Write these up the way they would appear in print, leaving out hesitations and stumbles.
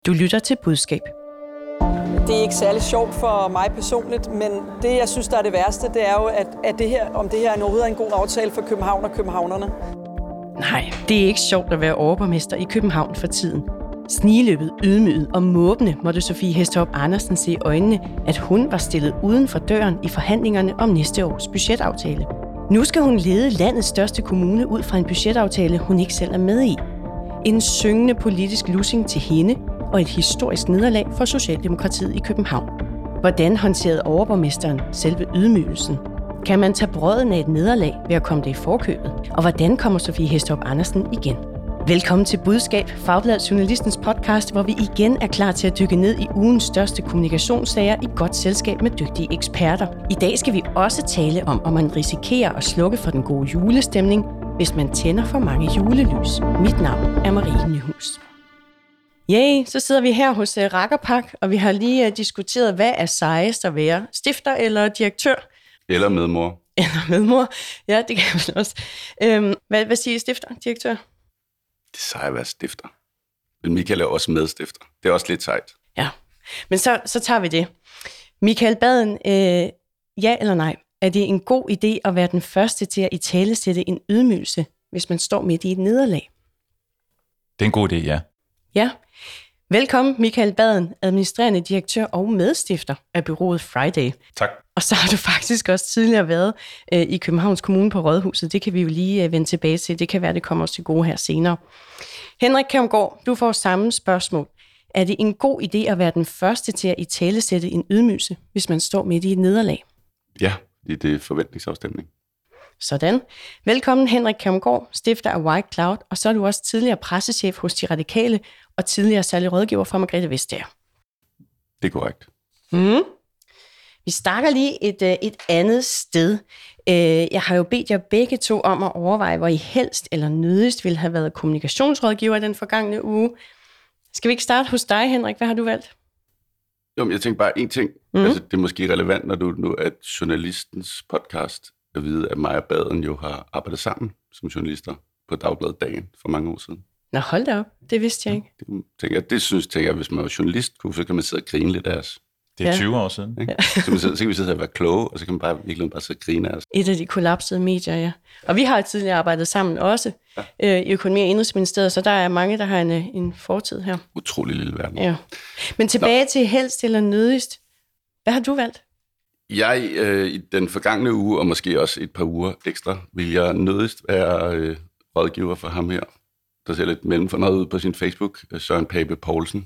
Du lytter til Budskab. Det er ikke særlig sjovt for mig personligt, men det, jeg synes, der er det værste, det er jo, at det her overhovedet er en god aftale for København og københavnerne. Nej, det er ikke sjovt at være overborgmester i København for tiden. Sniløbet, ydmyget og måbende måtte Sofie Hæstorp Andersen se i øjnene, at hun var stillet uden for døren i forhandlingerne om næste års budgetaftale. Nu skal hun lede landets største kommune ud fra en budgetaftale, hun ikke selv er med i. En syngende politisk lussing til hende og et historisk nederlag for Socialdemokratiet i København. Hvordan håndterede overborgmesteren selve ydmygelsen? Kan man tage brøden af et nederlag ved at komme det i forkøbet? Og hvordan kommer Sofie Hæstorp Andersen igen? Velkommen til Budskab, Fagbladet Journalistens podcast, hvor vi igen er klar til at dykke ned i ugens største kommunikationssager i godt selskab med dygtige eksperter. I dag skal vi også tale om man risikerer at slukke for den gode julestemning, hvis man tænder for mange julelys. Mit navn er Marie Nyhus. Yay, så sidder vi her hos Rakkerpak, og vi har lige diskuteret, hvad er sejest at være? Stifter eller direktør? Eller medmor. Eller medmor, ja, det kan man også. Hvad siger stifter, direktør? Det er sejt at være stifter. Men Michael er også medstifter. Det er også lidt sejt. Ja, men så tager vi det. Michael Baden, ja eller nej? Er det en god idé at være den første til at italesætte en ydmygelse, hvis man står midt i et nederlag? Det er en god idé, ja. Ja. Velkommen, Michael Baden, administrerende direktør og medstifter af bureauet Friday. Tak. Og så har du faktisk også tidligere været i Københavns Kommune på Rådhuset. Det kan vi jo lige vende tilbage til. Det kan være, det kommer os til gode her senere. Henrik Kjærgaard, du får samme spørgsmål. Er det en god idé at være den første til at italesætte en ydmygelse, hvis man står midt i et nederlag? Ja, det er forventningsafstemning. Sådan. Velkommen, Henrik Kjærgaard, stifter af White Cloud, og så er du også tidligere pressechef hos De Radikale og tidligere særlig rådgiver for Margrethe Vestager. Det er korrekt. Vi starter lige et andet sted. Jeg har jo bedt jer begge to om at overveje, hvor I helst eller nødigst ville have været kommunikationsrådgiver i den forgangne uge. Skal vi ikke starte hos dig, Henrik? Hvad har du valgt? Jo, men jeg tænker bare en ting. Altså, det er måske relevant, når du nu er journalistens podcast, at vide, at mig og Baden jo har arbejdet sammen som journalister på Dagbladet Dagen for mange år siden. Nå, hold da op. Det vidste jeg ikke. Det synes jeg, hvis man var journalist, så kan man sidde og grine lidt af os. Det er 20 år siden. Ja. Så kan vi sidde og være kloge, og så kan man virkelig bare sidde og grine af os. Et af de kollapsede medier, ja. Og vi har tidligere arbejdet sammen også i Økonomi- og Indenrigsministeriet, så der er mange, der har en fortid her. Utrolig lille verden. Ja. Men tilbage til helst eller nødigst. Hvad har du valgt? Jeg i den forgangne uge, og måske også et par uger ekstra, vil jeg nødigst være rådgiver for ham her, der ser lidt mellemfornøjet ud på sin Facebook, Søren Pape Poulsen.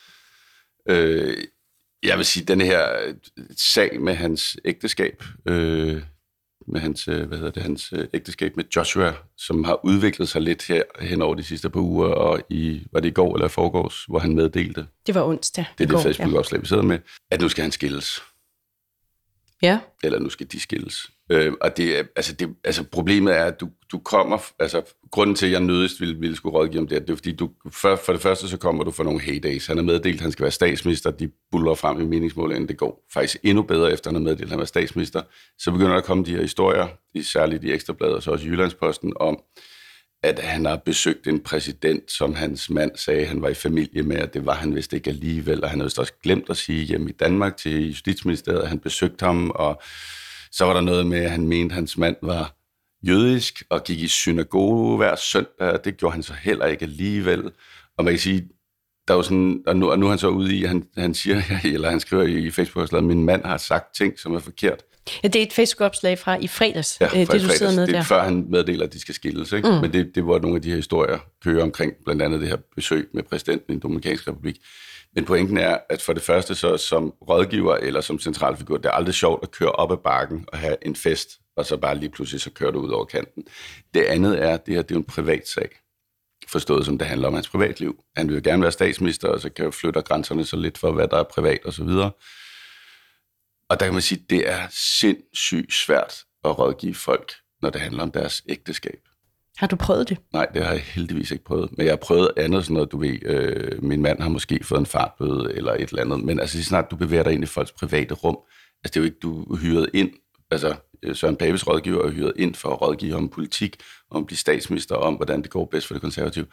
Jeg vil sige, den her sag med hans ægteskab, med hans ægteskab med Joshua, som har udviklet sig lidt her hen over de sidste par uger, og var det i går eller forgårs, hvor han meddelte. Det var onsdag. Det er det Facebook-opslag, vi sidder med, at nu skal han skilles. Ja. Eller nu skal de skilles. Og problemet er, at du kommer, grunden til, at jeg nødigst ville skulle rådgive om det er fordi for det første, så kommer du for nogle heydays. Han har meddelt, at han skal være statsminister. De buller frem i meningsmålene. Det går faktisk endnu bedre, efter han har meddelt, at han er statsminister. Så begynder der at komme de her historier, særligt i Ekstrabladet og så også i Jyllandsposten, om, at han har besøgt en præsident, som hans mand sagde, han var i familie med, og det var han vist ikke alligevel, og han havde også glemt at sige hjemme i Danmark til Justitsministeriet, at han besøgte ham, og så var der noget med, at han mente, at hans mand var jødisk, og gik i synagoge hver søndag, og det gjorde han så heller ikke alligevel. Og man kan sige, der er jo sådan, og nu er han så ude i, han siger, eller han skriver i Facebook-opslaget, at min mand har sagt ting, som er forkert. Ja, det er et Facebook-opslag fra i fredags, det du sidder med der. Det er før han meddeler, at de skal skilles, ikke? Men det var nogle af de her historier, kører omkring, blandt andet det her besøg med præsidenten i den Dominikanske Republik. Men pointen er, at for det første, så som rådgiver eller som centralfigur, det er aldrig sjovt at køre op ad bakken og have en fest, og så bare lige pludselig så kører du ud over kanten. Det andet er, det her det er jo en privat sag, forstået som det handler om hans privatliv. Han vil jo gerne være statsminister, og så kan flytte grænserne så lidt for, hvad der er privat og så videre. Og der kan man sige, at det er sindssygt svært at rådgive folk, når det handler om deres ægteskab. Har du prøvet det? Nej, det har jeg heldigvis ikke prøvet. Men jeg har prøvet andet, sådan noget, du ved, min mand har måske fået en fartbøde eller et eller andet. Men altså, lige snart du bevæger dig ind i folks private rum, altså det er jo ikke, du er hyret ind. Altså, Søren Papes rådgiver er hyret ind for at rådgive om politik, om at blive statsminister, om hvordan det går bedst for det konservative.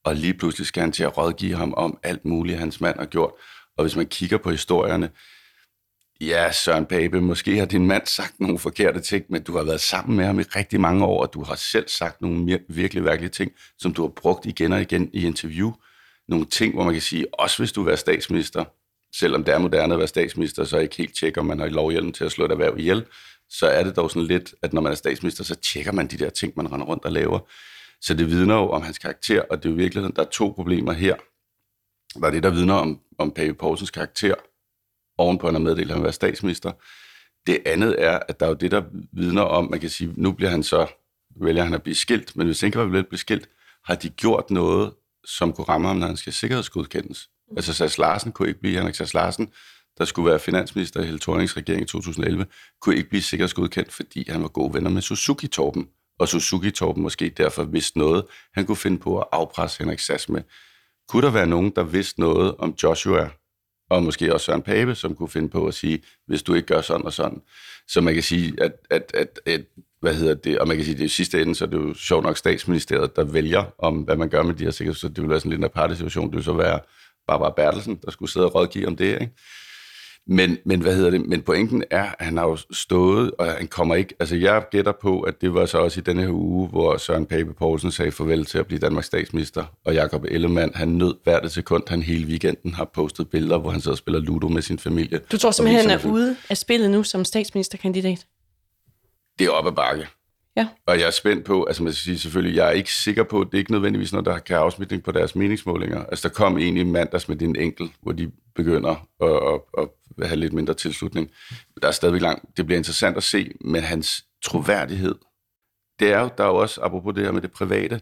og lige pludselig skal han til at rådgive ham om alt muligt, hans mand har gjort. Og hvis man kigger på historierne, ja, Søren Pape, måske har din mand sagt nogle forkerte ting, men du har været sammen med ham i rigtig mange år, og du har selv sagt nogle virkelig ting, som du har brugt igen og igen i interview. Nogle ting, hvor man kan sige, også hvis du vil være statsminister, selvom det er moderne at være statsminister, så er ikke helt tjekker, om man har lovhjelm til at slå et erhverv ihjel, så er det dog sådan lidt, at når man er statsminister, så tjekker man de der ting, man render rundt og laver. Så det vidner jo om hans karakter, og det er jo i virkeligheden, der er 2 problemer her. Der er det, der vidner om Pape Poulsens karakter, ovenpå han har meddelt, at han vil være statsminister. Det andet er, at der er jo det, der vidner om, man kan sige, nu bliver han så, vælger han at blive skilt, men hvis han ikke var blevet skilt, har de gjort noget, som kunne ramme ham, når han skal sikkerhedsgodkendes. Altså Sass Larsen kunne ikke blive, Henrik Sass Larsen, der skulle være finansminister i Helle Thornings regering i 2011, kunne ikke blive sikkerhedsgodkendt, fordi han var gode venner med Suzuki-Torben. Og Suzuki-Torben måske derfor vidste noget, han kunne finde på at afpresse Henrik Sass med. Kunne der være nogen, der vidste noget om Joshua, og måske også Søren Pape, som kunne finde på at sige, hvis du ikke gør sådan og sådan. Så man kan sige, at hvad hedder det, og man kan sige, at det i sidste ende, så er det jo sjovt nok statsministeriet, der vælger om, hvad man gør med de her sikkerhed, så det vil være sådan lidt en aparte situation. Det vil så være Barbara Bertelsen, der skulle sidde og rådgive om det, ikke? Men hvad hedder det? Men pointen er, at han har jo stået, og han kommer ikke. Altså jeg gætter på, at det var så også i denne her uge, hvor Søren Pape Poulsen sagde farvel til at blive Danmarks statsminister, og Jakob Ellemann, han nød hvert sekund, han hele weekenden har postet billeder, hvor han sidder og spiller Ludo med sin familie. Du tror simpelthen, han er ude af spillet nu som statsministerkandidat? Det er op ad bakke. Ja. Og jeg er spændt på, altså man skal sige selvfølgelig, jeg er ikke sikker på, det er ikke nødvendigvis noget, der kan have afsmitning på deres meningsmålinger. Altså der kom en i mandags med din enkelt, hvor de begynder at have lidt mindre tilslutning. Der er stadigvæk langt. Det bliver interessant at se, men hans troværdighed, det er jo, der er jo også, apropos det her med det private,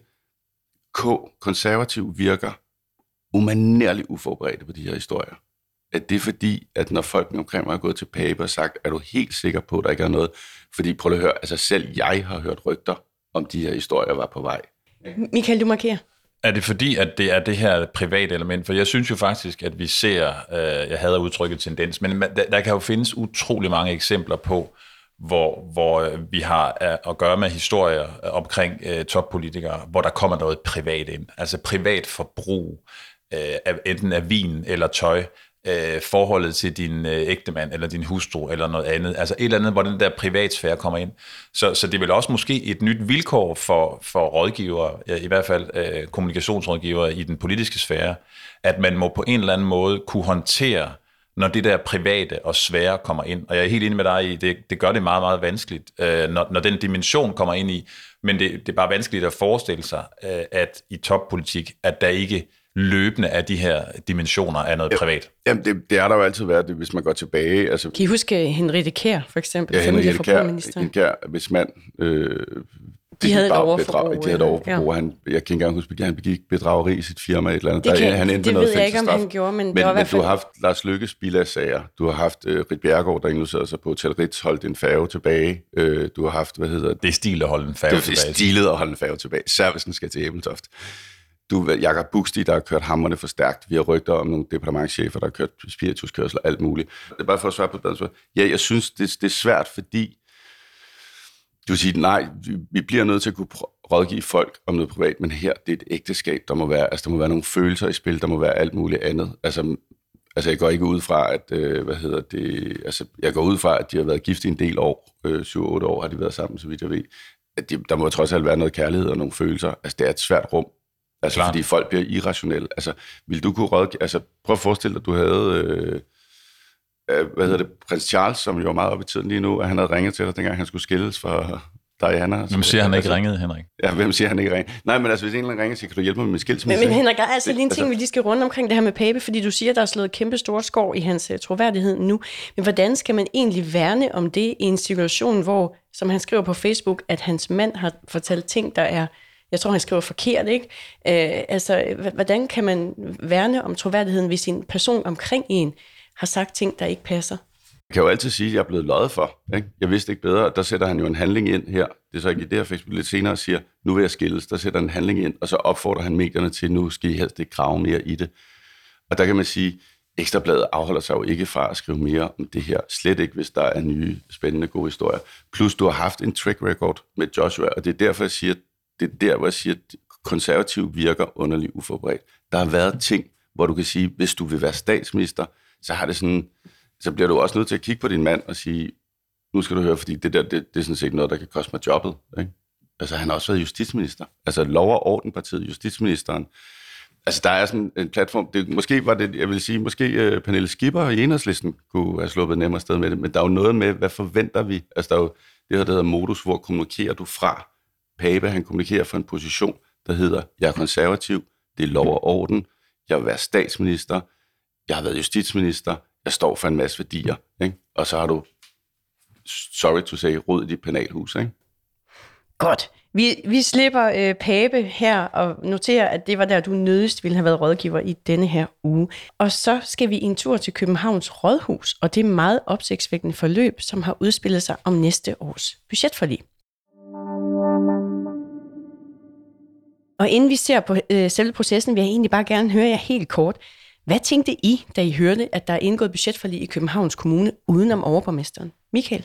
konservativ virker umanerligt uforberedte på de her historier. At det er fordi, at når folk omkring mig har gået til Pape og sagt, er du helt sikker på, at der ikke er noget? Fordi prøv at høre, altså selv jeg har hørt rygter om de her historier var på vej. Michael, du markerer. Er det fordi, at det er det her private element? For jeg synes jo faktisk, at vi ser, jeg hader udtrykket tendens, men der kan jo findes utrolig mange eksempler på, hvor vi har at gøre med historier omkring toppolitikere, hvor der kommer noget privat ind. Altså privat forbrug, enten af vin eller tøj, forholdet til din ægtemand eller din hustru eller noget andet. Altså et eller andet, hvor den der privatsfære kommer ind. Så det er vel også måske et nyt vilkår for rådgivere, i hvert fald kommunikationsrådgivere i den politiske sfære, at man må på en eller anden måde kunne håndtere, når det der private og svære kommer ind. Og jeg er helt enig med dig i, det gør det meget, meget vanskeligt, når den dimension kommer ind i, men det er bare vanskeligt at forestille sig, at i toppolitik, at der ikke løbende af de her dimensioner af noget privat. Jamen, det er der jo altid været, hvis man går tilbage. Altså, kan I huske Henriette Kjær, for eksempel? Ja, Henriette Kjær, hvis mand... de havde et overforbrug. De havde et overforbrug. Ja. Jeg kan ikke engang huske, at han begik bedrageri i sit firma et eller andet. Det ved jeg ikke, om han gjorde, men det var i hvert fald... du har haft Lars Løkkes bilagssager. Du har haft Ritt Bjerregaard, der indlucerede sig på Hotel Ritz, holdt en færge tilbage. Du har haft, hvad hedder det? Det er stilet at holde en færge tilbage. Det er stilet at holde en færge tilbage. Især hvis den skal til Ebeltoft. Jakob Buxti, der har kørt hammerne for stærkt. Vi har rygter om nogle departementschefer, der har kørt spirituskørsel og alt muligt. Det er bare for at svare på det. Ja, jeg synes, det er svært, fordi du siger, nej, vi bliver nødt til at kunne rådgive folk om noget privat, men her, det er et ægteskab, der må være nogle følelser i spil, der må være alt muligt andet. Altså jeg går ikke ud fra, at, jeg går ud fra, at de har været gift i en del år, 7-8 år har de været sammen, så vidt jeg ved. Der må trods alt være noget kærlighed og nogle følelser. Altså, det er et svært rum. Altså, klar. Fordi folk bliver irrationelle. Altså, vil du kunne rådgive... Altså, prøv at forestille dig, at du havde... Prins Charles, som jo er meget oppe i tiden lige nu, at han havde ringet til dig, dengang han skulle skilles fra Diana. Hvem siger, han ikke ringede, Henrik? Ja, hvem siger, han ikke ringede? Nej, men altså, hvis en eller anden ringer, så kan du hjælpe mig med min skilsmisse. Men Henrik, der er altså lige en ting, vi lige skal runde omkring det her med Pape, fordi du siger, der er slået kæmpe store skår i hans troværdighed nu. Men hvordan skal man egentlig værne om det i en situation, hvor, som han skriver på Facebook, at hans mand har fortalt ting, der er... Jeg tror, han skriver forkert, ikke? Hvordan kan man værne om troværdigheden, hvis en person omkring en har sagt ting, der ikke passer? Jeg kan jo altid sige, at jeg er blevet løjet for. Ikke? Jeg vidste ikke bedre. Der sætter han jo en handling ind her. Det er så ikke i det her Facebook lidt senere og siger, nu vil jeg skilles. Der sætter han en handling ind, og så opfordrer han medierne til, nu skal I helst ikke grave mere i det. Og der kan man sige, Ekstra Bladet afholder sig jo ikke fra at skrive mere om det her. Slet ikke, hvis der er nye, spændende, gode historier. Plus, du har haft en track record med Joshua, og det er derfor, jeg siger, det er der, hvor jeg siger, konservativ virker underligt uforberedt. Der har været ting, hvor du kan sige, hvis du vil være statsminister, så har det sådan, så bliver du også nødt til at kigge på din mand og sige, nu skal du høre, fordi det er sådan set noget, der kan koste mig jobbet. Ikke? Altså, han har også været justitsminister. Altså, Lov- og Ordenpartiet, justitsministeren. Altså, der er sådan en platform. Måske var det, jeg vil sige, måske Pernille Skipper i Enhedslisten kunne have sluppet nemmere sted med det, men der er jo noget med, hvad forventer vi? Altså, der er jo det her, der hedder modus, hvor kommunikerer du fra? Pape, han kommunikerer fra en position, der hedder, jeg er konservativ, det er lov og orden, jeg vil være statsminister, jeg har været justitsminister, jeg står for en masse værdier, ikke? Og så har du, sorry to say, rod i dit penalhus, ikke? Godt. Vi slipper Pape her og noterer, at det var der, du nødigst ville have været rådgiver i denne her uge. Og så skal vi en tur til Københavns Rådhus, og det er meget opsigtsvækkende forløb, som har udspillet sig om næste års budgetforlig. Og inden vi ser på selve processen, vil jeg egentlig bare gerne høre jer helt kort. Hvad tænkte I, da I hørte, at der er indgået budgetforlig i Københavns Kommune udenom overborgmesteren? Michael?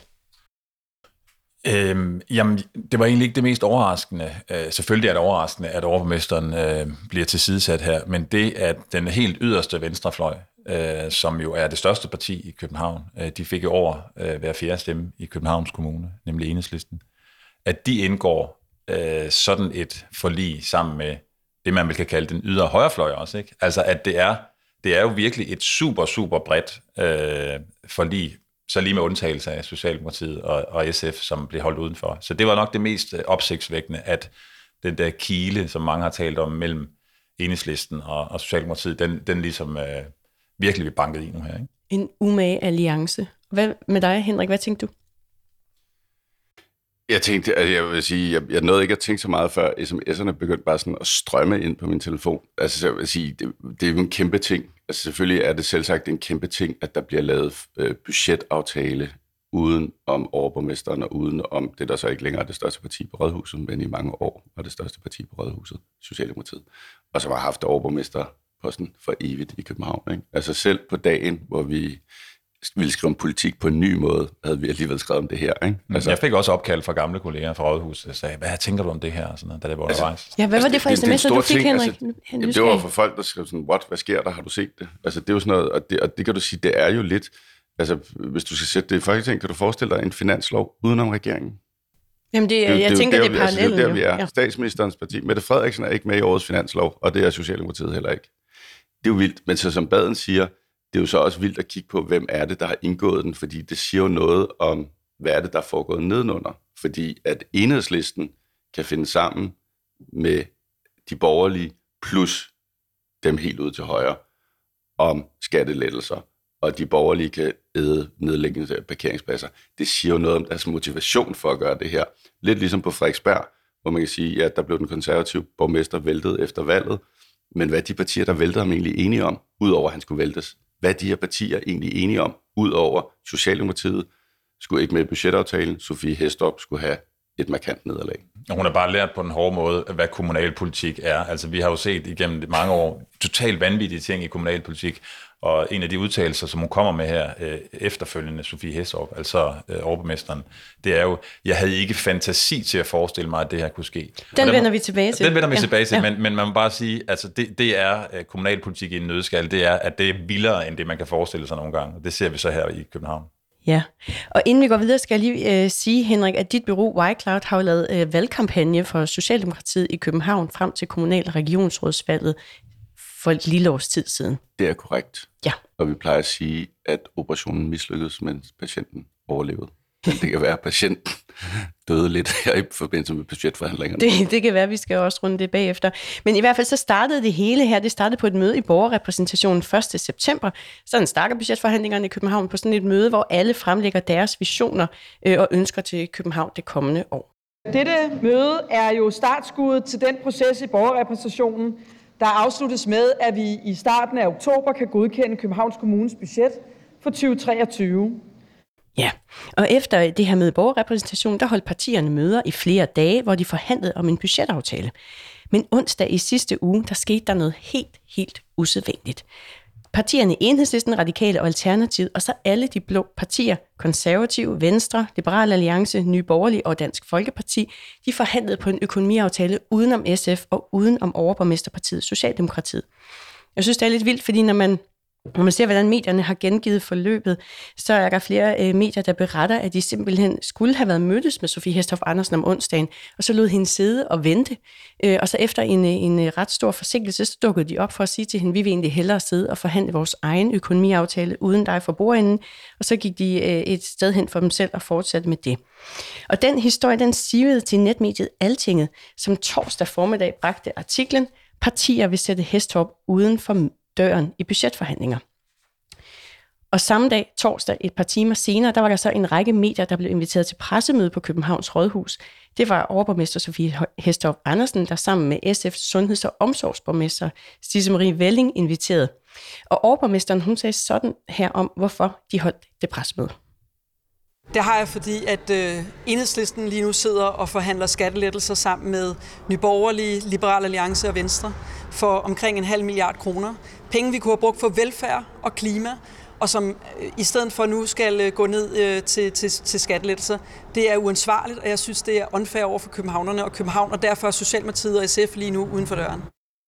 Jamen, det var egentlig ikke det mest overraskende. Selvfølgelig er det overraskende, at overborgmesteren bliver tilsidesat her, men det, at den helt yderste venstrefløj, som jo er det største parti i København, de fik jo over hver fjerde stemme i Københavns Kommune, nemlig Enhedslisten, at de indgår sådan et forlig sammen med det, man vil kan kalde den ydre højrefløj også, ikke? Altså, at det er jo virkelig et super, super bredt forlig, så lige med undtagelse af Socialdemokratiet og SF, som blev holdt udenfor. Så det var nok det mest opsigtsvækkende, at den der kile, som mange har talt om mellem Enhedslisten og Socialdemokratiet, den ligesom virkelig blev banket i nu her, ikke? En umage alliance. Hvad med dig, Henrik? Hvad tænkte du? Jeg tænkte, altså jeg vil sige, jeg nåede ikke at tænke så meget, før sms'erne begyndte bare sådan at strømme ind på min telefon. Altså så jeg vil sige, det er jo en kæmpe ting. Altså selvfølgelig er det selvsagt en kæmpe ting, at der bliver lavet budgetaftale uden om overborgmesteren og uden om det, der så ikke længere er det største parti på Rådhuset, men i mange år var det største parti på Rådhuset, Socialdemokratiet. Og som har haft overborgmesterposten for evigt i København. Ikke? Altså selv på dagen, hvor vi ville skrive om politik på en ny måde, havde vi alligevel skrevet om det her. Ikke? Altså, jeg fik også opkald fra gamle kolleger fra Rådhuset, der sagde, hvad tænker du om det her? Sådan noget, da det var undervejs. Ja, hvad var det for sms'er, du fik, Henrik? Det var for folk, der skrev sådan, hvad sker der? Har du set det? Altså, det er jo sådan noget, og det kan du sige, det er jo lidt, altså, hvis du skal sætte det i Folketinget, kan du forestille dig en finanslov udenom regeringen? Jamen, jeg tænker, det er parallellen. Det er der, vi er. Ja. Statsministerens parti. Mette Frederiksen er ikke med i årets finanslov, og det er Socialdemokratiet heller ikke. Det er jo vildt, men så som Baden siger, det er jo så også vildt at kigge på, hvem er det, der har indgået den, fordi det siger jo noget om, hvad er det, der er foregået nedenunder. Fordi at Enhedslisten kan finde sammen med de borgerlige, plus dem helt ud til højre, om skattelettelser, og de borgerlige kan æde nedlæggelse af parkeringspladser. Det siger jo noget om deres motivation for at gøre det her. Lidt ligesom på Frederiksberg, hvor man kan sige, at der blev den konservative borgmester væltet efter valget, men hvad de partier, der væltede ham, egentlig enige om, udover at han skulle væltes? Hvad de her partier egentlig enige om, udover Socialdemokratiet skulle ikke med i budgetaftalen, Sofie Hæstrup skulle have et markant nederlag. Og hun har bare lært på den hårde måde, hvad kommunalpolitik er. Altså, vi har jo set igennem mange år totalt vanvittige ting i kommunalpolitik, og en af de udtalelser, som hun kommer med her efterfølgende, Sofie Hæstrup, altså overborgmesteren, det er jo, jeg havde ikke fantasi til at forestille mig, at det her kunne ske. Den vender vi tilbage til. Den vender vi tilbage til, men man må bare sige, altså det er kommunalpolitik i en nøddeskal, det er, at det er vildere, end det man kan forestille sig nogle gange, og det ser vi så her i København. Ja, og inden vi går videre, skal jeg lige sige, Henrik, at dit bureau White Cloud har jo lavet valgkampagne for Socialdemokratiet i København frem til kommunal- og regionsrådsvalget for et lille års tid siden. Det er korrekt. Ja. Og vi plejer at sige, at operationen mislykkedes, mens patienten overlevede. Men det kan være, at patienten døde lidt her i forbindelse med budgetforhandlingerne. Det kan være, vi skal også runde det bagefter. Men i hvert fald så startede det hele her. Det startede på et møde i borgerrepræsentationen 1. september. Sådan starter budgetforhandlingerne i København på sådan et møde, hvor alle fremlægger deres visioner og ønsker til København det kommende år. Dette møde er jo startskuddet til den proces i borgerrepræsentationen, der afsluttes med, at vi i starten af oktober kan godkende Københavns Kommunes budget for 2023. Ja, og efter det her med borgerrepræsentation, der holdt partierne møder i flere dage, hvor de forhandlede om en budgetaftale. Men onsdag i sidste uge, der skete der noget helt usædvanligt. partierne Enhedslisten, Radikale og Alternativet, og så alle de blå partier, Konservative, Venstre, Liberal Alliance, Nye Borgerlige og Dansk Folkeparti, de forhandlede på en økonomiaftale udenom SF og udenom overborgmesterpartiet Socialdemokratiet. Jeg synes, det er lidt vildt, fordi når man ser, hvordan medierne har gengivet forløbet, så er der flere medier, der beretter, at de simpelthen skulle have været mødtes med Sophie Hæstorp Andersen om onsdagen, og så lod hende sidde og vente. Og så efter en ret stor forsinkelse, så dukkede de op for at sige til hende, vi vil egentlig hellere sidde og forhandle vores egen økonomiaftale uden dig for bordenden, og så gik de et sted hen for dem selv og fortsatte med det. Og den historie, den sivede til netmediet Altinget, som torsdag formiddag bragte artiklen, partier vil sætte Hæstorp uden for døren i budgetforhandlinger. Og samme dag, torsdag, et par timer senere, der var der så en række medier, der blev inviteret til pressemøde på Københavns Rådhus. Det var overborgmester Sophie Hæstorp Andersen, der sammen med SF's sundheds- og omsorgsborgmester Stisse Marie Velling inviterede. Og overborgmesteren, hun sagde sådan her om, hvorfor de holdt det pressemøde. Det har jeg, fordi at Enhedslisten lige nu sidder og forhandler skattelettelser sammen med Nye Borgerlige, Liberal Alliance og Venstre for omkring 0,5 milliard kroner. Penge, vi kunne have brugt for velfærd og klima, og som i stedet for nu skal gå ned til skattelettelser. Det er uansvarligt, og jeg synes, det er unfair over for københavnerne og København, og derfor er Socialdemokratiet og SF lige nu uden for døren.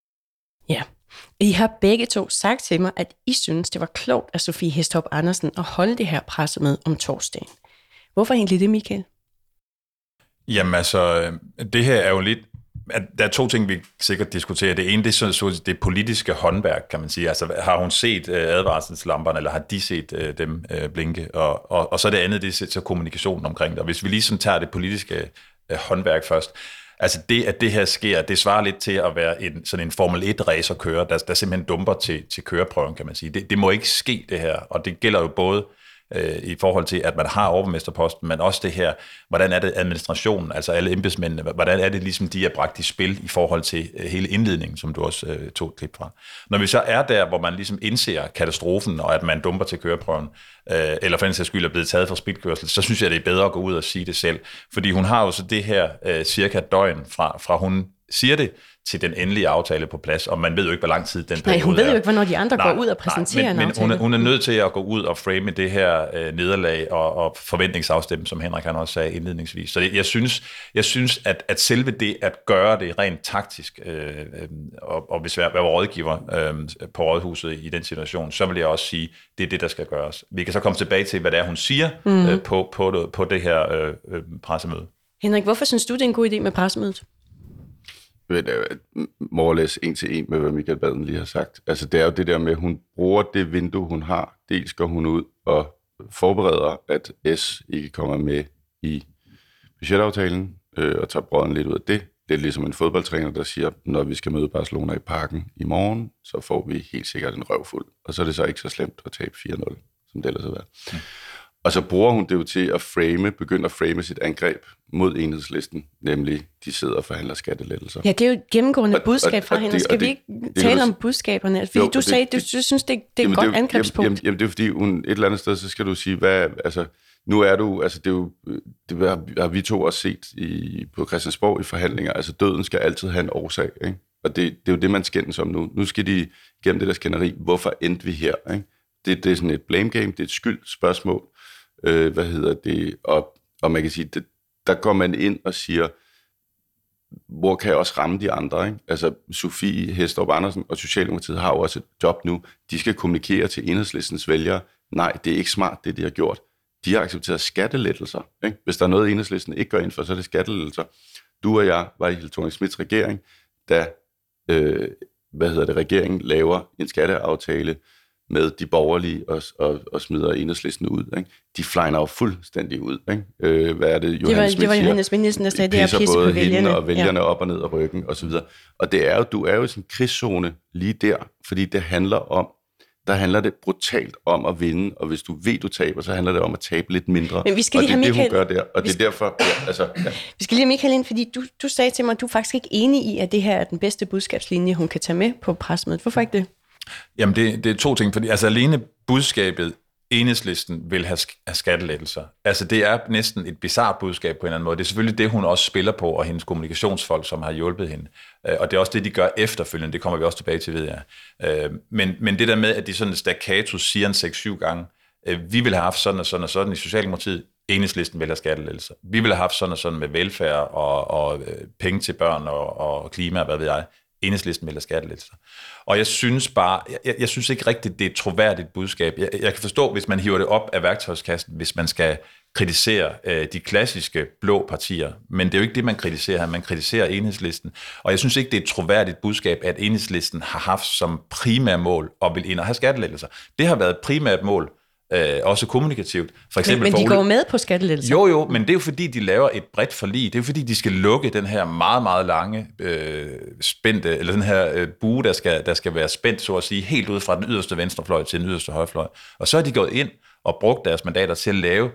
Ja, I har begge to sagt til mig, at I synes, det var klogt af Sophie Hæstorp Andersen at holde det her pressemøde om torsdagen. Hvorfor egentlig det, Michael? Jamen altså, det her er jo lidt... Der er to ting, vi sikkert diskuterer. Det ene, det er det politiske håndværk, kan man sige. Altså, har hun set advarselslamperne, eller har de set dem blinke? Og så det andet, det er så kommunikationen omkring det. Og hvis vi ligesom tager det politiske håndværk først, altså det, at det her sker, det svarer lidt til at være sådan en Formel 1-racerkører, der simpelthen dumper til køreprøven, kan man sige. Det må ikke ske, det her. Og det gælder jo både i forhold til, at man har overborgmesterposten, men også det her, hvordan er det administrationen, altså alle embedsmændene, hvordan er det ligesom, de er bragt i spil i forhold til hele indledningen, som du også tog et klip fra. Når vi så er der, hvor man ligesom indser katastrofen, og at man dumper til køreprøven, eller for en sags skyld er blevet taget for speedkørsel, så synes jeg, det er bedre at gå ud og sige det selv. Fordi hun har jo så det her cirka døgn fra hun siger det, til den endelige aftale på plads, og man ved jo ikke, hvor lang tid den periode er. Nej, hun ved jo ikke, hvornår de andre går ud og præsenterer en aftale. Men hun er nødt til at gå ud og frame det her nederlag og forventningsafstemme, som Henrik han også sagde indledningsvis. Så jeg synes at selve det at gøre det rent taktisk, og hvis jeg var rådgiver på rådhuset i den situation, så vil jeg også sige, det er det, der skal gøres. Vi kan så komme tilbage til, hvad det er, hun siger på det her pressemøde. Henrik, hvorfor synes du, det er en god idé med pressemødet? More or less en til en med, hvad Michael Baden lige har sagt. Altså, det er jo det der med, at hun bruger det vindue, hun har. Dels går hun ud og forbereder, at S ikke kommer med i budgetaftalen, og tager brøden lidt ud af det. Det er ligesom en fodboldtræner, der siger, når vi skal møde Barcelona i parken i morgen, så får vi helt sikkert en røvfuld. Og så er det så ikke så slemt at tabe 4-0, som det ellers har været. Og så bruger hun det jo til at begynde at frame sit angreb mod Enhedslisten, nemlig de sidder og forhandler skattelettelser. Ja, det er jo et gennemgående budskab fra hende. Skal vi ikke tale om budskaberne? Fordi du sagde, du synes, det er et godt angrebspunkt. Jamen det er fordi, et eller andet sted, så skal du sige, nu er du, altså det har vi to også set på Christiansborg i forhandlinger, altså døden skal altid have en årsag, ikke? Og det er jo det, man skændes om nu. Nu skal de gennem det der skænderi, hvorfor endte vi her, ikke? Det er sådan et blame game, det er et skyldspørgsmål. Og man kan sige, der går man ind og siger, hvor kan jeg også ramme de andre, ikke? Altså Sophie Hæstorp Andersen og Socialdemokratiet har jo også et job nu. De skal kommunikere til Enhedslistens vælgere. Nej, det er ikke smart, det de har gjort. De har accepteret skattelettelser, ikke? Hvis der er noget, Enhedslisten ikke går ind for, så er det skattelettelser. Du og jeg var i Helle Thorning-Schmidts regering, da regeringen laver en skatteaftale med de borgerlige og smider Enhedslisten ud, ikke? De flyner jo fuldstændig ud, ikke? Hvad er det, Johannes Schmidt det var Johannes Schmidt, der sagde, det er pisse på både vælgerne. hende og vælgerne op og ned af ryggen, og så videre. Og det er jo, du er jo i sådan en krigszone lige der, fordi det handler det brutalt om at vinde, og hvis du ved, du taber, så handler det om at tabe lidt mindre. Men vi skal lige og det er have det, hun gør der, og det er derfor... Vi skal lige have Michael ind, fordi du sagde til mig, at du er faktisk ikke enig i, at det her er den bedste budskabslinje, hun kan tage med på pressemødet. Hvorfor ikke det? Jamen, det er to ting, fordi altså alene budskabet Enhedslisten vil have skattelettelser. Altså, det er næsten et bizarrt budskab på en eller anden måde. Det er selvfølgelig det, hun også spiller på, og hendes kommunikationsfolk, som har hjulpet hende. Og det er også det, de gør efterfølgende. Det kommer vi også tilbage til, ved jeg. Men det der med, at de sådan staccato siger en 6-7 gange, vi vil have haft sådan og sådan og sådan i Socialdemokratiet, Enhedslisten vil have skattelettelser. Vi vil have haft sådan og sådan med velfærd og penge til børn og klima, hvad ved jeg. Enhedslisten vil have skattelettelser. Og jeg synes jeg synes ikke rigtigt, det er et troværdigt budskab. Jeg kan forstå, hvis man hiver det op af værktøjskassen, hvis man skal kritisere de klassiske blå partier, men det er jo ikke det, man kritiserer her. Man kritiserer Enhedslisten. Og jeg synes ikke, det er et troværdigt budskab, at Enhedslisten har haft som primært mål at vil ind og have skattelettelser. Det har været et primært mål, også kommunikativt. For eksempel men de går med på skattelettelser. Jo, men det er jo fordi, de laver et bredt forlig. Det er jo fordi, de skal lukke den her meget, meget lange spændte, eller den her bue, der skal være spændt, så at sige, helt ud fra den yderste venstrefløj til den yderste højrefløj. Og så er de gået ind og brugt deres mandater til at lave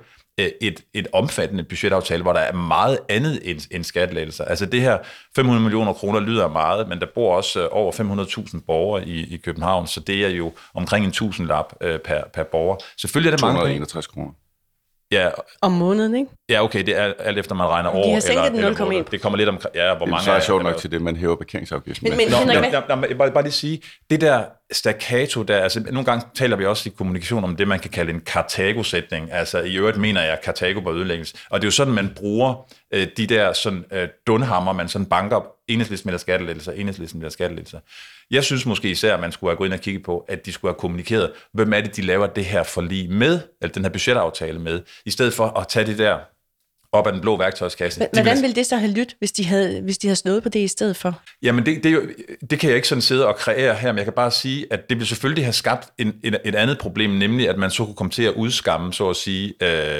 et omfattende budgetaftale, hvor der er meget andet end skattelettelser. Altså det her 500 millioner kroner lyder meget, men der bor også over 500.000 borgere i København, så det er jo omkring 1.000-lap per borger. Selvfølgelig er det mange penge. 261 kroner. Ja. Om måneden, ikke? Ja, okay, det er alt efter, man regner over. De har sænket den 0,1. Det kommer lidt om, ja, hvor mange så er sjovt nok til det, man hæver parkeringsafgiften. Men bare lige sige, det der staccato der, altså nogle gange taler vi også i kommunikation om det, man kan kalde en Kartago-sætning. Altså i øvrigt mener jeg, at Kartago bør ødelægges. Og det er jo sådan, man bruger de der sådan dunhammer, man sådan banker op. Enhedslisten vil have skattelettelser. Jeg synes måske især, at man skulle have gået ind og kigget på, at de skulle have kommunikeret, hvem er det, de laver det her forlig med, eller den her budgetaftale med, i stedet for at tage det der op af den blå værktøjskasse. Hvordan ville det så have lyttet, hvis de havde slået på det i stedet for? Jamen, det kan jeg ikke sådan sidde og kreere her, men jeg kan bare sige, at det vil selvfølgelig have skabt et andet problem, nemlig at man så kunne komme til at udskamme, så at sige,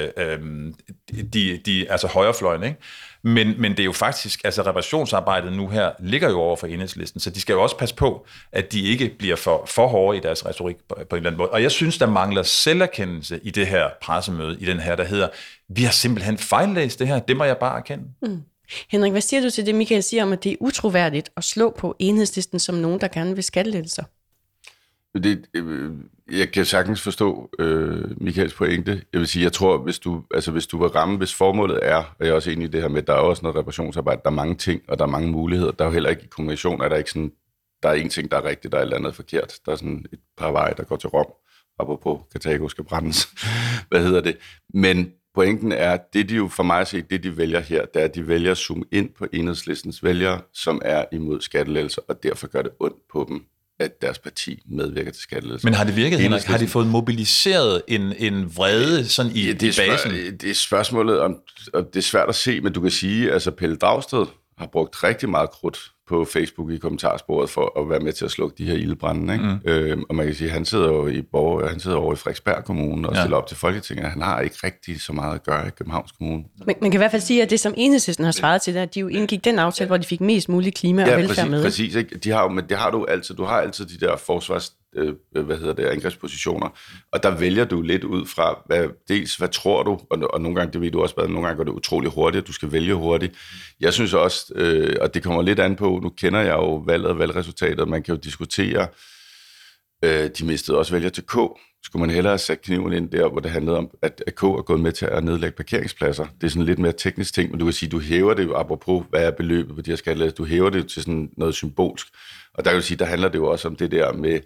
altså højrefløjen, ikke? Men det er jo faktisk, altså reparationsarbejdet nu her ligger jo over for Enhedslisten, så de skal jo også passe på, at de ikke bliver for hårde i deres retorik på en eller anden måde. Og jeg synes, der mangler selverkendelse i det her pressemøde, i den her, der hedder, vi har simpelthen fejllæst det her, det må jeg bare erkende. Mm. Henrik, hvad siger du til det, Michael siger om, at det er utroværdigt at slå på Enhedslisten som nogen, der gerne vil skattelettelser? Jeg kan sagtens forstå Michaels pointe. Jeg vil sige, jeg tror, hvis du vil ramme, hvis formålet er, og jeg er også enig i det her med, at der er også noget reparationsarbejde, der er mange ting, og der er mange muligheder. Der er jo heller ikke i kommunikation, at der ikke sådan, der er en ting, der er rigtigt, der er et eller andet forkert. Der er sådan et par veje, der går til Rom, apropos Kartago skal brændes. Men pointen er, det de jo for mig at se, det de vælger her, det er, at de vælger at zoome ind på Enhedslistens vælgere, som er imod skattelettelser, og derfor gør det ondt på dem, at deres parti medvirker til skattelettelser. Men har det virket, Henrik? Har de fået mobiliseret en vrede sådan i basen? Det er spørgsmålet, om det er svært at se, men du kan sige, altså Pelle Dragsted har brugt rigtig meget krudt på Facebook i kommentarsporet for at være med til at slukke de her ildebrænde. Ikke? Og man kan sige, at han sidder over i Frederiksberg Kommune og stiller op til Folketinget. Han har ikke rigtig så meget at gøre i Københavns Kommune. Man kan i hvert fald sige, at det som Enhedslisten har svaret til, at de jo indgik den aftale, hvor de fik mest mulig klima og velfærd med. Præcis, ikke? Men det har du altid. Du har altid de der forsvars angrebspositioner, og der vælger du lidt ud fra, hvad tror du, og nogle gange, det ved du også bedre, nogle gange går det utrolig hurtigt, du skal vælge hurtigt. Jeg synes også, og det kommer lidt an på, nu kender jeg jo valget og valgresultatet, man kan jo diskutere, de mistede også vælger til K. Skulle man hellere have sat kniven ind der, hvor det handlede om, at K er gået med til at nedlægge parkeringspladser. Det er sådan lidt mere teknisk ting, men du kan sige, du hæver det jo, apropos, hvad er beløbet på de her skattelettelser, du hæver det jo til sådan noget symbolsk. Og der kan du sige, der handler det jo også om det der med,